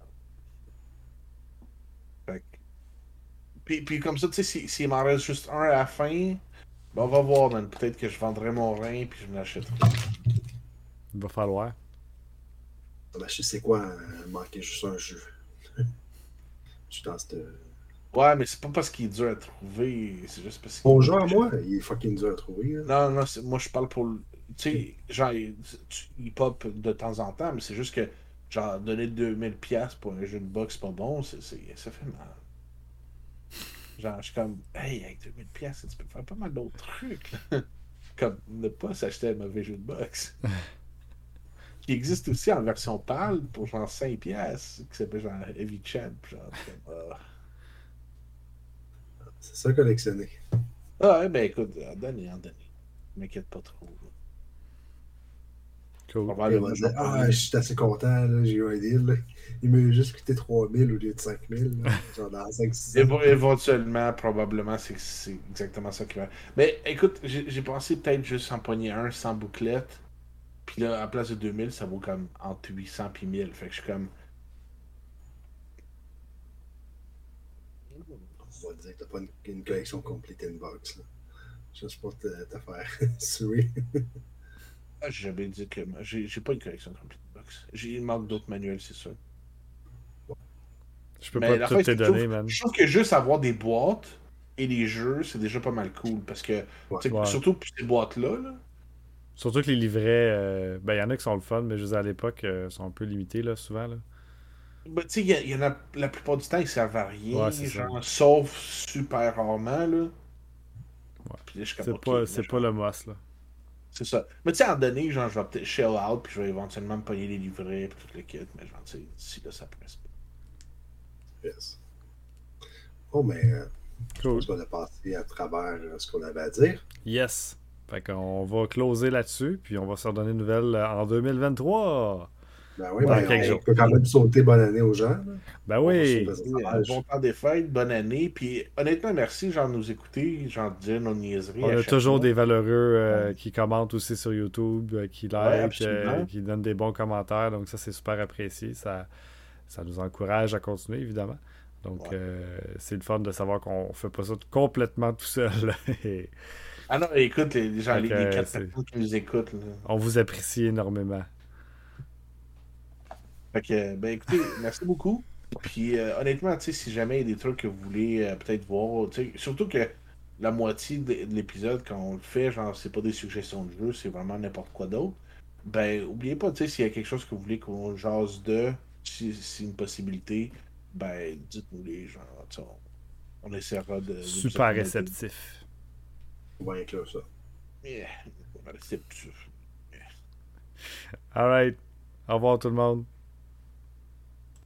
Fait que- puis comme ça, tu sais, s'il m'en reste juste un à la fin, ben, on va voir, man. Peut-être que je vendrai mon rein puis je me l'achèterai. Il va falloir. Ben, je sais c'est quoi, manquer juste un jeu. Je suis dans cette. Ouais, mais c'est pas parce qu'il est dur à trouver, c'est juste parce qu'il Mon est jeu à moche. moi, il est fucking dur à trouver. Là. Non, non, moi je parle pour. Tu sais, genre, il pop de temps en temps, mais c'est juste que, genre, donner 2000$ pour un jeu de boxe pas bon, ça fait mal. Genre, je suis comme, hey, avec 2000$, tu peux faire pas mal d'autres trucs, là. Comme ne pas s'acheter un mauvais jeu de boxe. Qui existe aussi en version pâle pour genre 5$, qui s'appelle genre Heavy Champ. Genre, comme, C'est ça collectionner. ouais, ben écoute, en donner. Ne m'inquiète pas trop. Cool. Et on Probablement, va je vais dire, pas ah, je suis assez content, là, j'ai eu un deal. Là. Il m'a juste coûté 3000 au lieu de 5000. Genre dans 5-6 ans. Éventuellement, probablement, c'est exactement ça qui va. Mais écoute, j'ai pensé peut-être juste en pogner un sans bouclette. Puis là, à place de 2000, ça vaut comme entre 800 et 1000. Fait que je suis comme. On va dire que t'as pas une collection complète inbox. Là. Juste pour te faire sourire. Ah, j'ai jamais dit que. J'ai pas une collection complète de box. Il manque d'autres manuels, c'est sûr. Je peux Mais pas la tout fin, te donner, man. je trouve que juste avoir des boîtes et les jeux, c'est déjà pas mal cool. Parce que, Ouais. tu sais, Ouais. surtout pour ces boîtes-là, là, Surtout que les livrets, ben, il y en a qui sont le fun, mais je veux dire, à l'époque, sont un peu limités, là, souvent, là. ben, tu sais, il y en a la plupart du temps, ils servent à Ouais, rien, c'est ça. genre, sauf super rarement, là. Ouais. Puis là, je suis comme, ok, mais C'est pas genre, le must, là. c'est ça. Mais tu sais, à un moment donné, genre, je vais peut-être shell out, puis je vais éventuellement me payer les livrets, puis tout le kit, mais genre, tu sais, d'ici là, ça presse pas. Yes. Oh, mais je Cool. pense qu'on a passé à travers ce qu'on avait à dire. Yes. Fait qu'on va closer là-dessus, puis on va se redonner une nouvelle en 2023. Ben oui, Dans mais quelques on jours. peut quand même sauter bonne année aux gens. Là. Ben On va oui. sauter Oui, ça bon temps des fêtes, bonne année, puis honnêtement, merci, genre, de nous écouter, genre, de dire nos niaiseries On à a chaque toujours mois. des valeureux qui commentent aussi sur YouTube, qui Ouais, like, absolument. qui donnent des bons commentaires. Donc ça, c'est super apprécié. Ça nous encourage à continuer, évidemment. Donc Ouais. c'est le fun de savoir qu'on fait pas ça complètement tout seul. Et Ah non, écoute, genre, fait que, les 4 personnes qui nous écoutent, là. on vous apprécie énormément. Fait que, ben écoutez, merci beaucoup. Puis honnêtement, tu sais, si jamais il y a des trucs que vous voulez peut-être voir, tu sais, surtout que la moitié de l'épisode, quand on le fait, genre, c'est pas des suggestions de jeu, c'est vraiment n'importe quoi d'autre. Ben, oubliez pas, tu sais, s'il y a quelque chose que vous voulez qu'on jase de, si c'est une possibilité, ben, dites-nous les gens, tu sais, on essaiera de vous Super accommoder. réceptif. On va inclure ça. Yeah, on va rester plus. All right. Au revoir tout le monde.